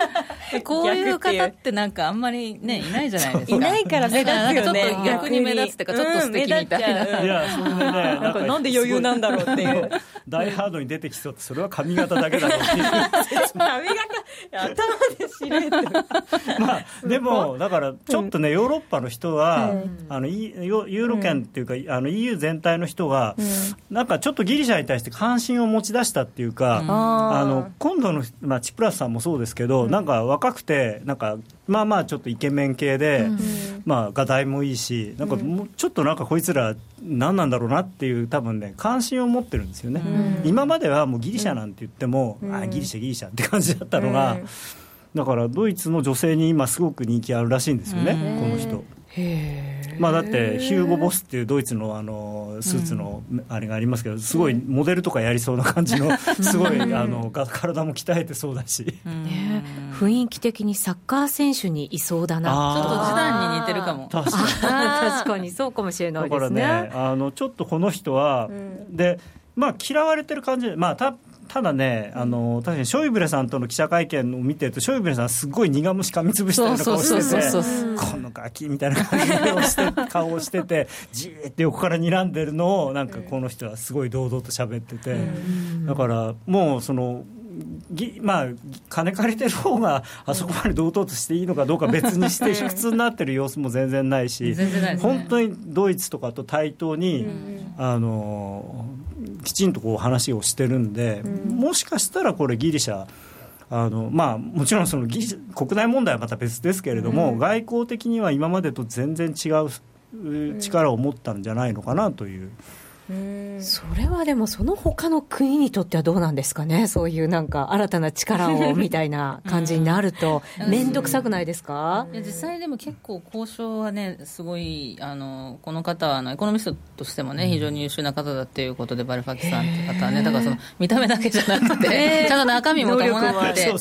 こういう方ってなんかあんまりねいないじゃないですか。 いないから目立つよね。 ちょっと逆に目立つっていうかちょっと素敵みたいな。 いやそれでねなんで余裕なんだろうっていうダイハードに出てきそうってそれは髪型だけだろうっていう髪型頭でシルエットまあでもだからちょっとね、ヨーロッパの人は、ユーロ圏っていうか、EU 全体の人が、なんかちょっとギリシャに対して関心を持ち出したっていうか、今度の、チプラスさんもそうですけど、なんか若くてなんかまあまあちょっとイケメン系で、画題もいいし、なんかもうちょっとなんかこいつら何なんだろうなっていう多分ね関心を持ってるんですよね。今まではもうギリシャなんて言っても、ギリシャって感じだったのが、だからドイツの女性に今すごく人気あるらしいんですよね、この人。だってヒューゴ・ボスっていうドイツのスーツのあれがありますけど、すごいモデルとかやりそうな感じのすごい体も鍛えてそうだし、 雰囲気的にサッカー選手にいそうだな。 ちょっとジダンに似てるかも。 確かにそうかもしれないですね。 だからねちょっとこの人は、で嫌われてる感じで、ただね、確かにショイブレさんとの記者会見を見てると、ショイブレさんすごい苦虫噛みつぶしたような顔してて、このガキみたいな感じで顔をしててじーって横から睨んでるのをなんかこの人はすごい堂々と喋ってて、だからもう金借りてる方があそこまで堂々としていいのかどうか別にして卑屈になってる様子も全然ないし、本当にドイツとかと対等にきちんとこう話をしてるんで、もしかしたらこれギリシャもちろんその国内問題はまた別ですけれども、外交的には今までと全然違う力を持ったんじゃないのかなという。 それはでもその他の国にとってはどうなんですかね。そういうなんか新たな力をみたいな感じになると面倒くさくないですか。 いや実際でも結構交渉はねすごいこの方はエコノミストとしてもね非常に優秀な方だっていうことで、バルファキさんっていう方はね、だからその見た目だけじゃなくてちゃんと中身も伴って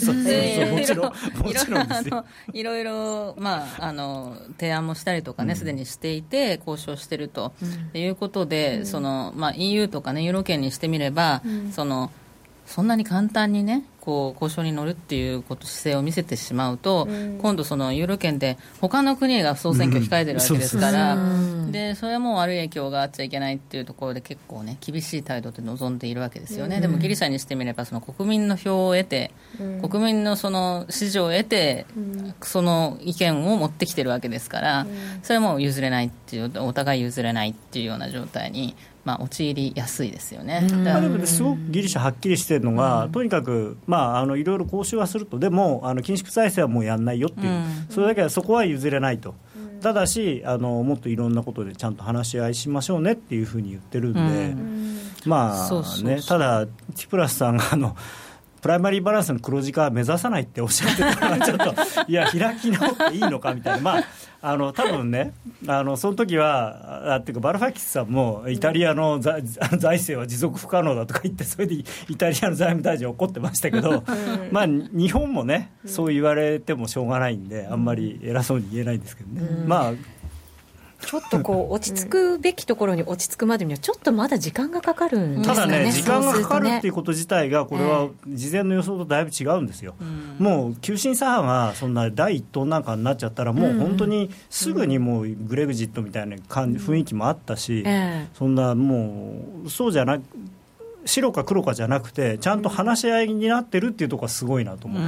いろいろ提案もしたりとかねすでにしていて交渉してるということで、EU とかねユーロ圏にしてみれば、そんなに簡単にねこう交渉に乗るっていう姿勢を見せてしまうと、今度そのユーロ圏で他の国が総選挙を控えてるわけですから、でそれはもう悪い影響があっちゃいけないっていうところで結構ね厳しい態度で臨んでいるわけですよね。でもギリシャにしてみればその国民の票を得て、国民のその支持を得て、その意見を持ってきてるわけですから、それはもう譲れないっていう、お互い譲れないっていうような状態に陥りやすいですよね。 でもすごくギリシャはっきりしているのが、とにかく、いろいろ交渉はすると、でも緊縮財政はもうやんないよっていう、それだけはそこは譲れないと、ただしもっといろんなことでちゃんと話し合いしましょうねっていうふうに言ってるんで、ただティプラスさんがプライマリーバランスの黒字化は目指さないっておっしゃってたのはちょっといや開き直っていいのかみたいな、多分ねその時はっていうかバルファキスさんもイタリアの財政は持続不可能だとか言って、それでイタリアの財務大臣怒ってましたけど日本もねそう言われてもしょうがないんであんまり偉そうに言えないんですけどね。 ちょっとこう落ち着くべきところに落ち着くまでにはちょっとまだ時間がかかるんですかね。 ただね時間がかかるっていうこと自体がこれは事前の予想とだいぶ違うんですよ。もう急進左派がそんな第一党なんかになっちゃったらもう本当にすぐにもうグレグジットみたいな雰囲気もあったし、そんなもうそうじゃなく白か黒かじゃなくてちゃんと話し合いになってるっていうところがすごいなと思って、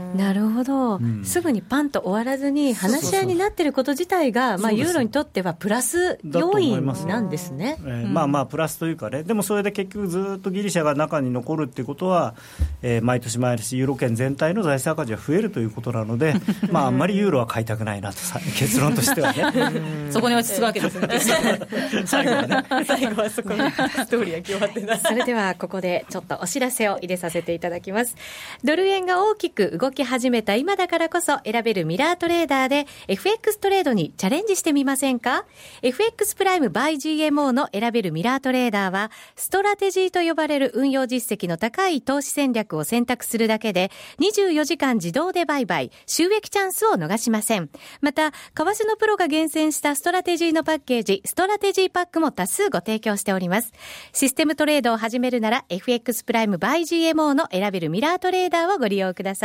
なるほど、すぐにパンと終わらずに話し合いになってること自体がユーロにとってはプラス要因なんですね。 プラスというかね、でもそれで結局ずっとギリシャが中に残るっていうことは、毎年毎年ユーロ圏全体の財政赤字が増えるということなのであんまりユーロは買いたくないなと結論としてはねそこに落ち着くわけですね最後はそこにストーリーが決まってない。 それではここでちょっとお知らせを入れさせていただきます。ドル円が大きく動き始めた今だからこそ選べるミラートレーダーで FX トレードにチャレンジしてみませんか。 FX プライム by GMO の選べるミラートレーダーはストラテジーと呼ばれる運用実績の高い投資戦略を選択するだけで24時間自動で売買、収益チャンスを逃しません。また為替のプロが厳選したストラテジーのパッケージストラテジーパックも多数ご提供しております。システムトレードを始めるならFX プライム by GMO の選べるミラートレーダーをご利用ください。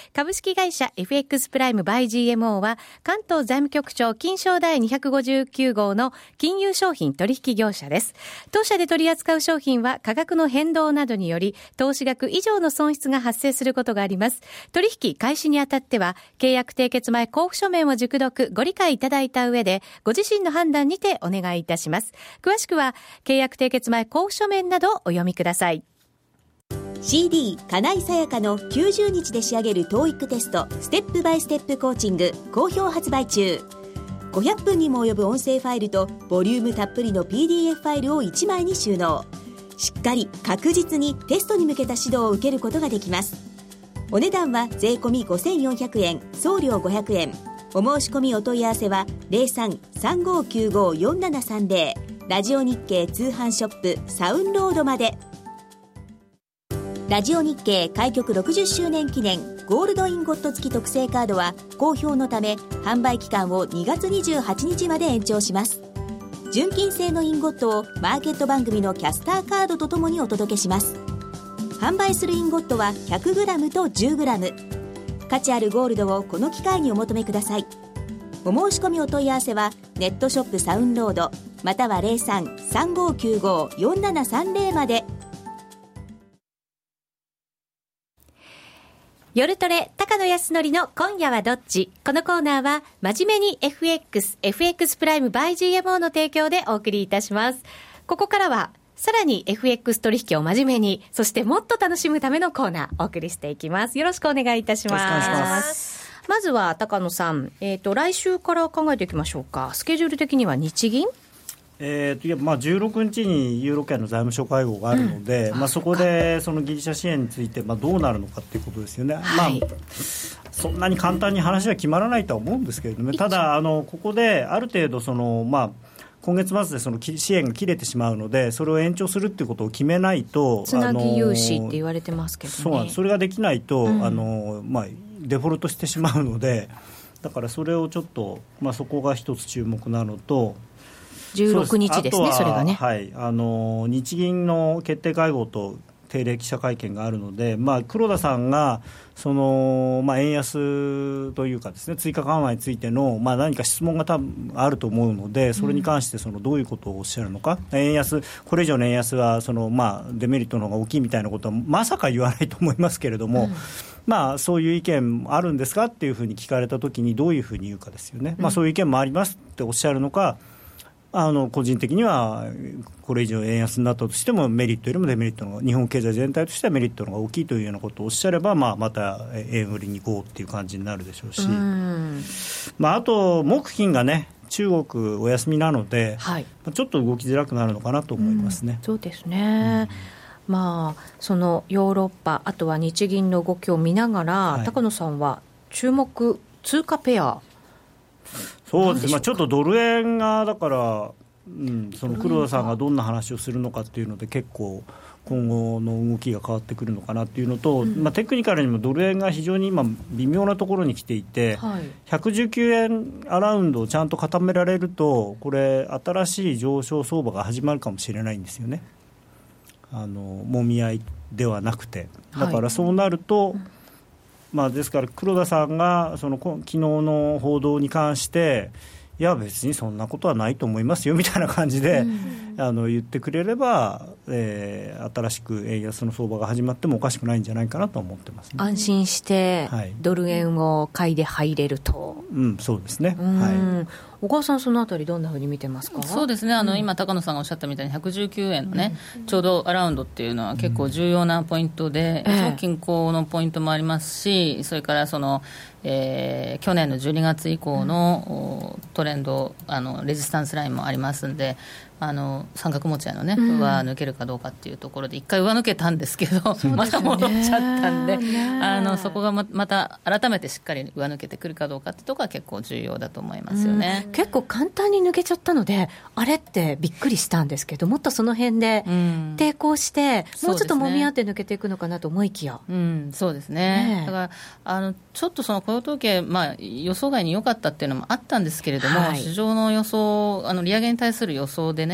株式会社 FX プライムバイ GMO は関東財務局長金商第259号の金融商品取引業者です。当社で取り扱う商品は価格の変動などにより投資額以上の損失が発生することがあります。取引開始にあたっては契約締結前交付書面を熟読ご理解いただいた上でご自身の判断にてお願いいたします。詳しくは契約締結前交付書面などお読みください。 CD 金井さやかの90日で仕上げる TOEIC テストステップバイステップコーチング好評発売中。500分にも及ぶ音声ファイルとボリュームたっぷりの PDF ファイルを1枚に収納。しっかり確実にテストに向けた指導を受けることができます。お値段は税込み5400円、送料500円。お申し込みお問い合わせは 03-3595-4730 ラジオ日経通販ショップサウンロードまで。ラジオ日経開局60周年記念ゴールドインゴット付き特製カードは好評のため販売期間を2月28日まで延長します。純金製のインゴットをマーケット番組のキャスターカードとともにお届けします。販売するインゴットは 100g と 10g。 価値あるゴールドをこの機会にお求めください。お申し込みお問い合わせはネットショップサウンロードまたは 03-3595-4730 まで。 夜トレ高野康則の今夜はどっち。このコーナーは真面目に FX プライムバイ GMO の提供でお送りいたします。ここからはさらに FX 取引を真面目に、そしてもっと楽しむためのコーナーお送りしていきます。よろしくお願いいたします。よろしくお願いします。まずは高野さん、来週から考えていきましょうか。スケジュール的には日銀 16日にユーロ圏の財務省会合があるので、そこでそのギリシャ支援についてどうなるのかということですよね。そんなに簡単に話は決まらないとは思うんですけれども、ただここである程度今月末でその支援が切れてしまうので、それを延長するということを決めないと、 つなぎ融資って言われてますけどね。 そうなんです。それができないと、デフォルトしてしまうので、だからそれをちょっと、そこが一つ注目なのと、 16日ですね。それがね、 日銀の決定会合と定例記者会見があるので、黒田さんが円安というかですね、追加緩和についての、何か質問が多分あると思うので、それに関してどういうことをおっしゃるのか、円安、これ以上の円安はデメリットの方が大きいみたいなことはまさか言わないと思いますけれども、そういう意見あるんですかっていうふうに聞かれたときにどういうふうに言うかですよね。そういう意見もありますっておっしゃるのか、個人的にはこれ以上円安になったとしてもメリットよりもデメリットの日本経済全体としてはメリットの方が大きいというようなことをおっしゃれば、また円売りに行こうっていう感じになるでしょうし、あと木金がね中国お休みなので、ちょっと動きづらくなるのかなと思いますね。 そうですね。そのヨーロッパあとは日銀の動きを見ながら、高野さんは注目通貨ペア、 そうです。ちょっとドル円がだから、その黒田さんがどんな話をするのかっていうので結構今後の動きが変わってくるのかなっていうのと、テクニカルにもドル円が非常に今微妙なところに来ていて、119円アラウンドをちゃんと固められると、これ新しい上昇相場が始まるかもしれないんですよね。もみ合いではなくて、だからそうなると、ですから黒田さんが昨日の報道に関していや別にそんなことはないと思いますよみたいな感じで、言ってくれれば、新しく円安の相場が始まってもおかしくないんじゃないかなと思ってます、ね、 安心してドル円を買いで入れると、 そうですね。 小川さんそのあたりどんなふうに見てますか。 そうですね、今高野さんがおっしゃったみたいに119円のね、ちょうどアラウンドっていうのは結構重要なポイントで、均衡のポイントもありますし、それから去年の12月以降のトレンドレジスタンスラインもありますんで、三角持ち合いのね、上抜けるかどうかっていうところで一回上抜けたんですけど、また戻っちゃったんで、そこがまた改めてしっかり上抜けてくるかどうかってところは結構重要だと思いますよね。 結構簡単に抜けちゃったのであれってびっくりしたんですけど、もっとその辺で抵抗して、もうちょっともみ合って抜けていくのかなと思いきや、 そうですね。だからちょっとその雇用統計、予想外に良かったっていうのもあったんですけれども、市場の予想利上げに対する予想でね、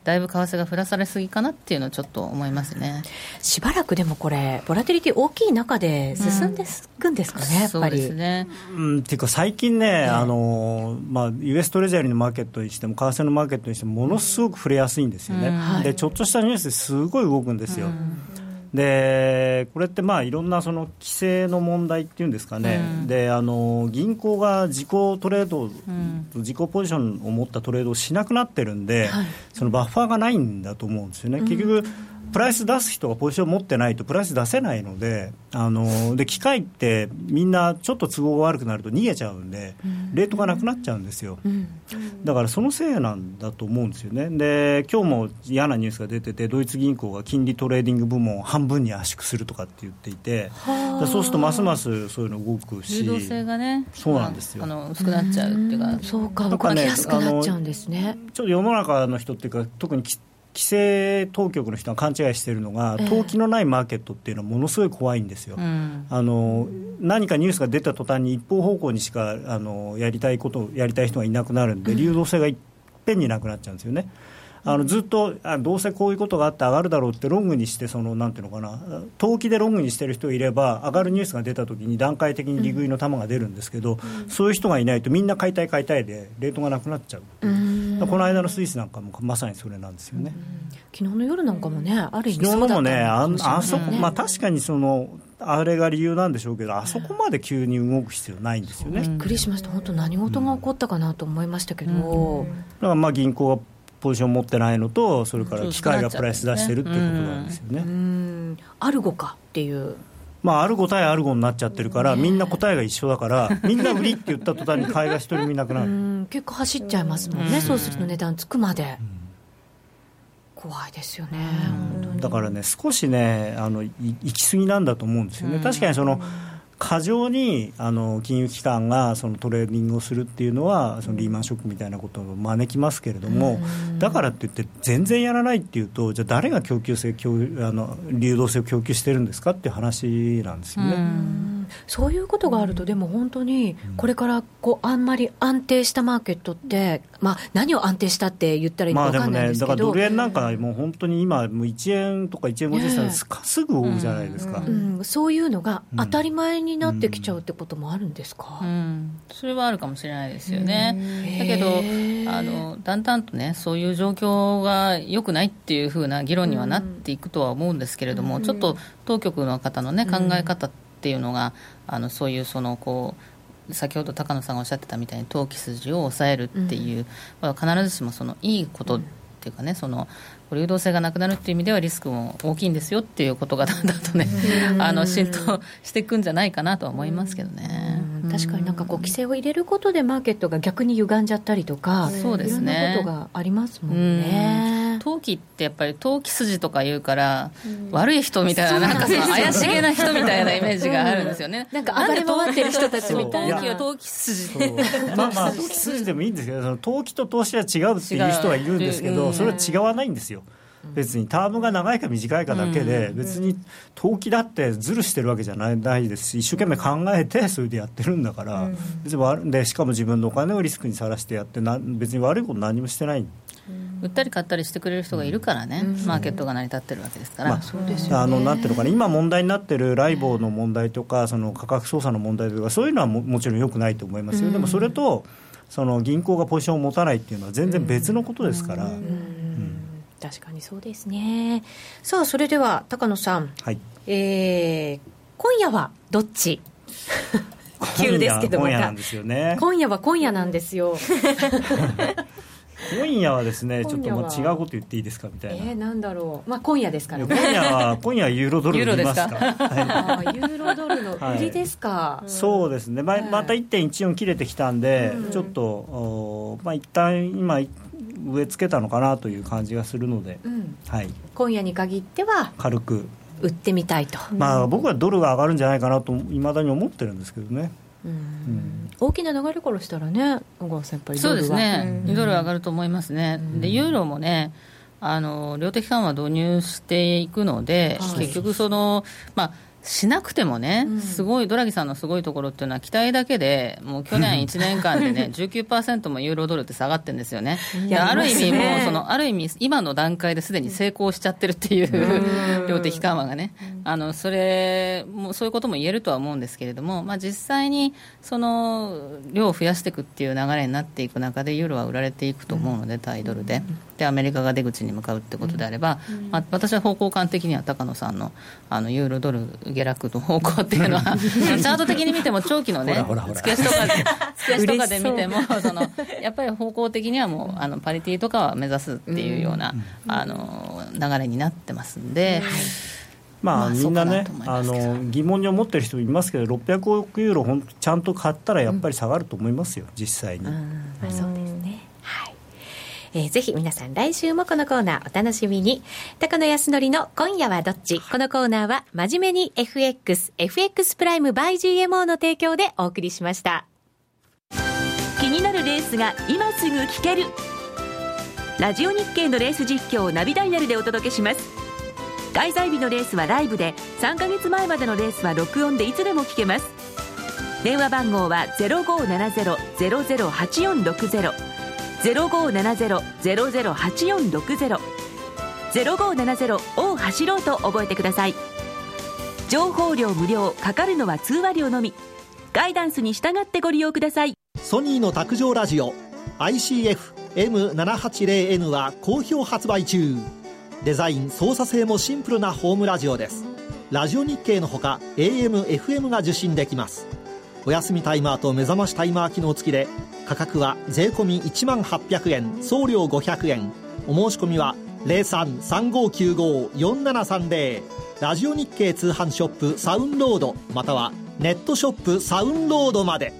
だいぶ為替が振らされすぎかなっていうのをちょっと思いますね。 しばらくでもこれボラティリティ大きい中で進んでいくんですかね、やっぱり。 そうですね。 っていうか最近ね、US トレジャリーのマーケットにしても為替のマーケットにしてもものすごく触れやすいんですよね、でちょっとしたニュースですごい動くんですよ、でこれっていろんなその規制の問題っていうんですかね、で銀行が自己トレード、自己ポジションを持ったトレードをしなくなってるんで、そのバッファーがないんだと思うんですよね。結局プライス出す人がポジションを持ってないとプライス出せないので、で機械ってみんなちょっと都合が悪くなると逃げちゃうんで、レートがなくなっちゃうんですよ、だからそのせいなんだと思うんですよね。で今日も嫌なニュースが出てて、ドイツ銀行が金利トレーディング部門を半分に圧縮するとかって言っていて、そうするとますますそういうの動くし、 流動性がね、 そうなんですよ、 薄くなっちゃうっていうか、 そうか、動きやすくなっちゃうんですね。 ちょっと世の中の人っていうか、特に規制当局の人が勘違いしているのが、投機のないマーケットっていうのはものすごい怖いんですよ、何かニュースが出た途端に一方方向にしかやりたいことをやりたい人がいなくなるんで、流動性がいっぺんになくなっちゃうんですよね。ずっとどうせこういうことがあって上がるだろうってロングにして、なんていうのかな、投機でロングにしてる人がいれば上がるニュースが出たときに段階的に利食いの玉が出るんですけど、そういう人がいないとみんな買いたいでレートがなくなっちゃう。この間のスイスなんかもまさにそれなんですよね。 昨日の夜なんかもね、ある意味昨日もね、 あそこ、確かにあれが理由なんでしょうけど、あそこまで急に動く必要ないんですよね。 びっくりしました。本当何事が起こったかなと思いましたけど、 だから銀行がポジション持ってないのと、それから機械がプライス出してるっていうことなんですよね。 アルゴかっていう、 アルゴ対アルゴになっちゃってるから、みんな答えが一緒だからみんな売りって言った途端に買いが一人もいなくなる。 結構走っちゃいますもんね、そうすると値段つくまで、怖いですよね、 だからね、少しね行き過ぎなんだと思うんですよね。確かに過剰に金融機関がトレーディングをするっていうのはリーマンショックみたいなことを招きますけれども、だからって言って全然やらないっていうと、じゃあ誰が流動性を供給してるんですかっていう話なんですよね。 そういうことがあると、でも本当にこれからあんまり安定したマーケットって、何を安定したって言ったらいいのか分かんないんですけど、 だからドル円なんかもう本当に今もう1円とか1円50銭すぐ動くじゃないですか、 そういうのが当たり前になってきちゃうってこともあるんですか。 それはあるかもしれないですよね。だけどだんだんとね、そういう状況が良くないっていう風な議論にはなっていくとは思うんですけれども、ちょっと当局の方のね、考え方っていうのがそういう先ほど高野さんがおっしゃってたみたいに投機筋を抑えるっていう、必ずしもいいことっていうかね、流動性がなくなるっていう意味ではリスクも大きいんですよっていうことがだんだんとね、浸透していくんじゃないかなとは思いますけどね。 確かに規制を入れることでマーケットが逆に歪んじゃったりとか、 そうですね、 いろんなことがありますもんね。 投機ってやっぱり投機筋とか言うから、悪い人みたいな、なんか怪しげな人みたいなイメージがあるんですよね。 なんか暴れ回ってる人たちみたいな。 投機は投機筋投機筋でもいいんですけど、投機と投資は違うっていう人はいるんですけど、それは違わないんですよ。別にタームが長いか短いかだけで、別に投機だってずるしてるわけじゃないですし、一生懸命考えてそれでやってるんだから、別にでしかも自分のお金をリスクにさらしてやって、別に悪いこと何もしてない。 売ったり買ったりしてくれる人がいるからね、マーケットが成り立ってるわけですから、 そうですよね。 なんていうのかな、今問題になってるライボーの問題とか、価格操作の問題とか、そういうのは もちろん良くないと思いますよ。でもそれと銀行がポジションを持たないっていうのは全然別のことですから。 確かにそうですね。さあ、それでは高野さん、今夜はどっち急ですけど、 今夜なんですよね。 今夜は今夜なんですよ今夜はですね、ちょっと違うこと言っていいですかみたいな。 なんだろう、今夜ですからね。 今夜はユーロドル売りますか。 ユーロドルの売りですか。 そうですね、また 1.14 切れてきたんで、ちょっと一旦今上つけたのかなという感じがするので、 今夜に限っては軽く売ってみたいと。 僕はドルが上がるんじゃないかなと未だに思ってるんですけどね。 大きな流れからしたらね、小川さん、やっぱりドルはそうですね、2ドル上がると思いますね。でユーロもね、量的緩和導入していくので、結局しなくてもね、すごいドラギさんのすごいところっていうのは期待だけでもう去年1年間でね19% もユーロドルって下がってるんですよね。ある意味もうある意味今の段階ですでに成功しちゃってるっていう量的緩和がね、それもそういうことも言えるとは思うんですけれども、実際にその量を増やしていくっていう流れになっていく中でユーロは売られていくと思うので、対ドルでアメリカが出口に向かうってことであれば、私は方向感的には高野さんのユーロドル下落の方向っていうのはチャート的に見ても長期のね月足とかで見てもやっぱり方向的にはもうパリティとかは目指すっていうような流れになってますんで、 みんなね疑問に思ってる人いますけど、600億ユーロちゃんと買ったらやっぱり下がると思いますよ、実際に。 そうですね、ぜひ皆さん来週もこのコーナーお楽しみに。高野康則の今夜はどっち。このコーナーは真面目に FX プライム by GMO の提供でお送りしました。 気になるレースが今すぐ聞ける。ラジオ日経のレース実況をナビダイヤルでお届けします。開催日のレースはライブで、3ヶ月前までのレースは録音でいつでも聞けます。電話番号は 0570-008460 0570-008460 0570を走ろうと覚えてください。情報料無料、かかるのは通話料のみ。ガイダンスに従ってご利用ください。 ソニーの卓上ラジオ ICF-M780N は好評発売中。デザイン操作性もシンプルなホームラジオです。ラジオ日経のほか AM、FM が受信できます。お休みタイマーと目覚ましタイマー機能付きで、価格は税込み1800円、送料500円。お申し込みは 03-3595-4730 ラジオ日経通販ショップサウンロード、またはネットショップサウンロードまで。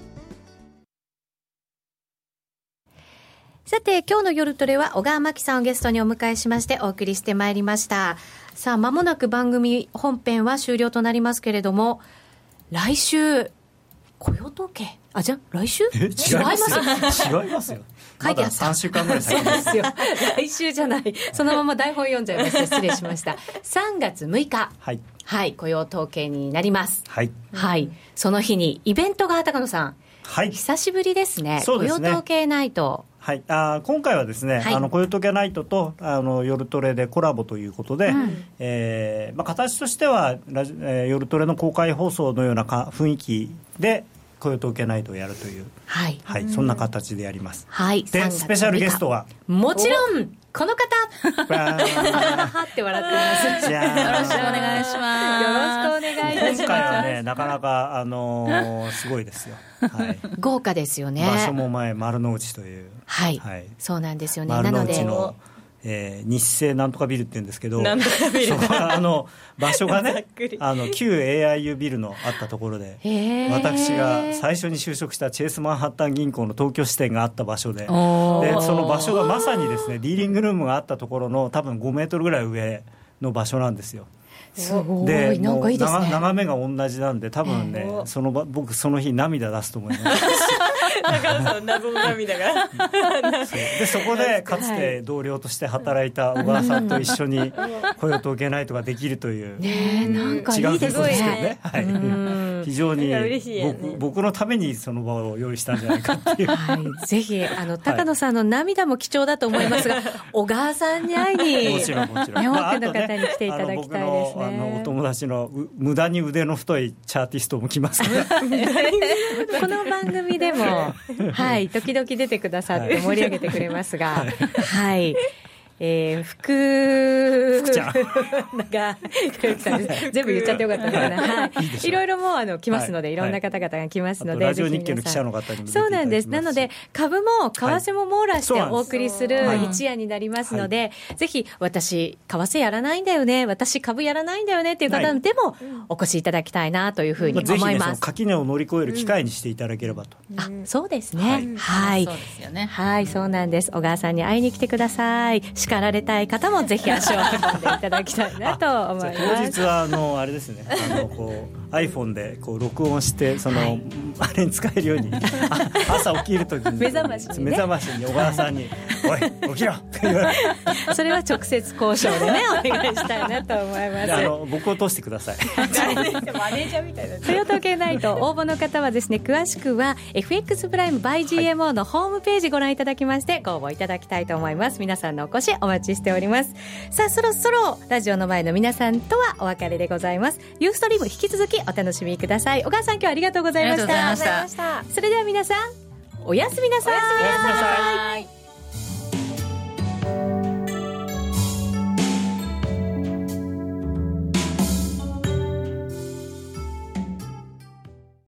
さて今日の夜トレは小川真紀さんをゲストにお迎えしましてお送りしてまいりました。さあ間もなく番組本編は終了となりますけれども、来週雇用統計、じゃあ来週違いますよ書いてあった、 まだ3週間ぐらい先ですよ来週じゃない、そのまま台本読んじゃいました、失礼しました3月6日、雇用統計になります。その日にイベントが高野さん、久しぶりですね。雇用統計ナイト、 今回はですね、雇用統計ナイトと夜トレでコラボということで、形としては夜トレの公開放送のような雰囲気で雇用統計ナイトをやるという、そんな形でやります。でスペシャルゲストはもちろんこの方って笑ってます。 よろしくお願いします。 よろしくお願いいたします。 今回はねなかなかすごいですよ。 豪華ですよね。 場所も丸の内という、 そうなんですよね。 丸の内の日清なんとかビルって言うんですけど、そこは場所がね旧 AIU ビルのあったところで、私が最初に就職したチェイスマンハッタン銀行の東京支店があった場所で、その場所がまさにですねディーリングルームがあったところの多分5メートルぐらい上の場所なんですよ。 すごい、 でなんかいいですね。 眺めが同じなんで多分ね、僕その日涙出すと思います中野さん謎の涙がでそこでかつて同僚として働いた小川さんと一緒に雇用統計ナイトができるという、 なんかいいですね。 非常に僕のためにその場を用意したんじゃないかっていう、 ぜひ高野さんの涙も貴重だと思いますが、小川さんに会いにもちろん多くの方に来ていただきたいですね。 僕のお友達の無駄に腕の太いチャーティストも来ますからこの番組でも時々出てくださって盛り上げてくれますが、福ちゃん全部言っちゃってよかったのかな。いろいろもう来ますので、いろんな方々が来ますので、 ラジオ日経の記者の方にもそうなんです。なので株も為替も網羅してお送りする一夜になりますので、ぜひ私為替やらないんだよね、私株やらないんだよねっていう方でもお越しいただきたいなというふうに思います。 垣根を乗り越える機会にしていただければと。 そうですね。 そうですよね。 そうなんです。小川さんに会いに来てください。叱られたい方もぜひ足を運んでいただきたいなと思います。 当日はあれですね、iPhone で録音してあれに使えるように朝起きるときに目覚ましに小川さんにおい起きろそれは直接交渉でねお願いしたいなと思います。 僕を通してくださいマネージャーみたいな。 豊統計ナイト応募の方はですね、詳しくは FX プライム by GMO のホームページご覧いただきましてご応募いただきたいと思います。皆さんのお越しお待ちしております。さあそろそろラジオの前の皆さんとはお別れでございます。ユーストリーム引き続きお楽しみください。小川さん今日はありがとうございました。 ありがとうございました。 それでは皆さんおやすみなさい。 おやすみなさい。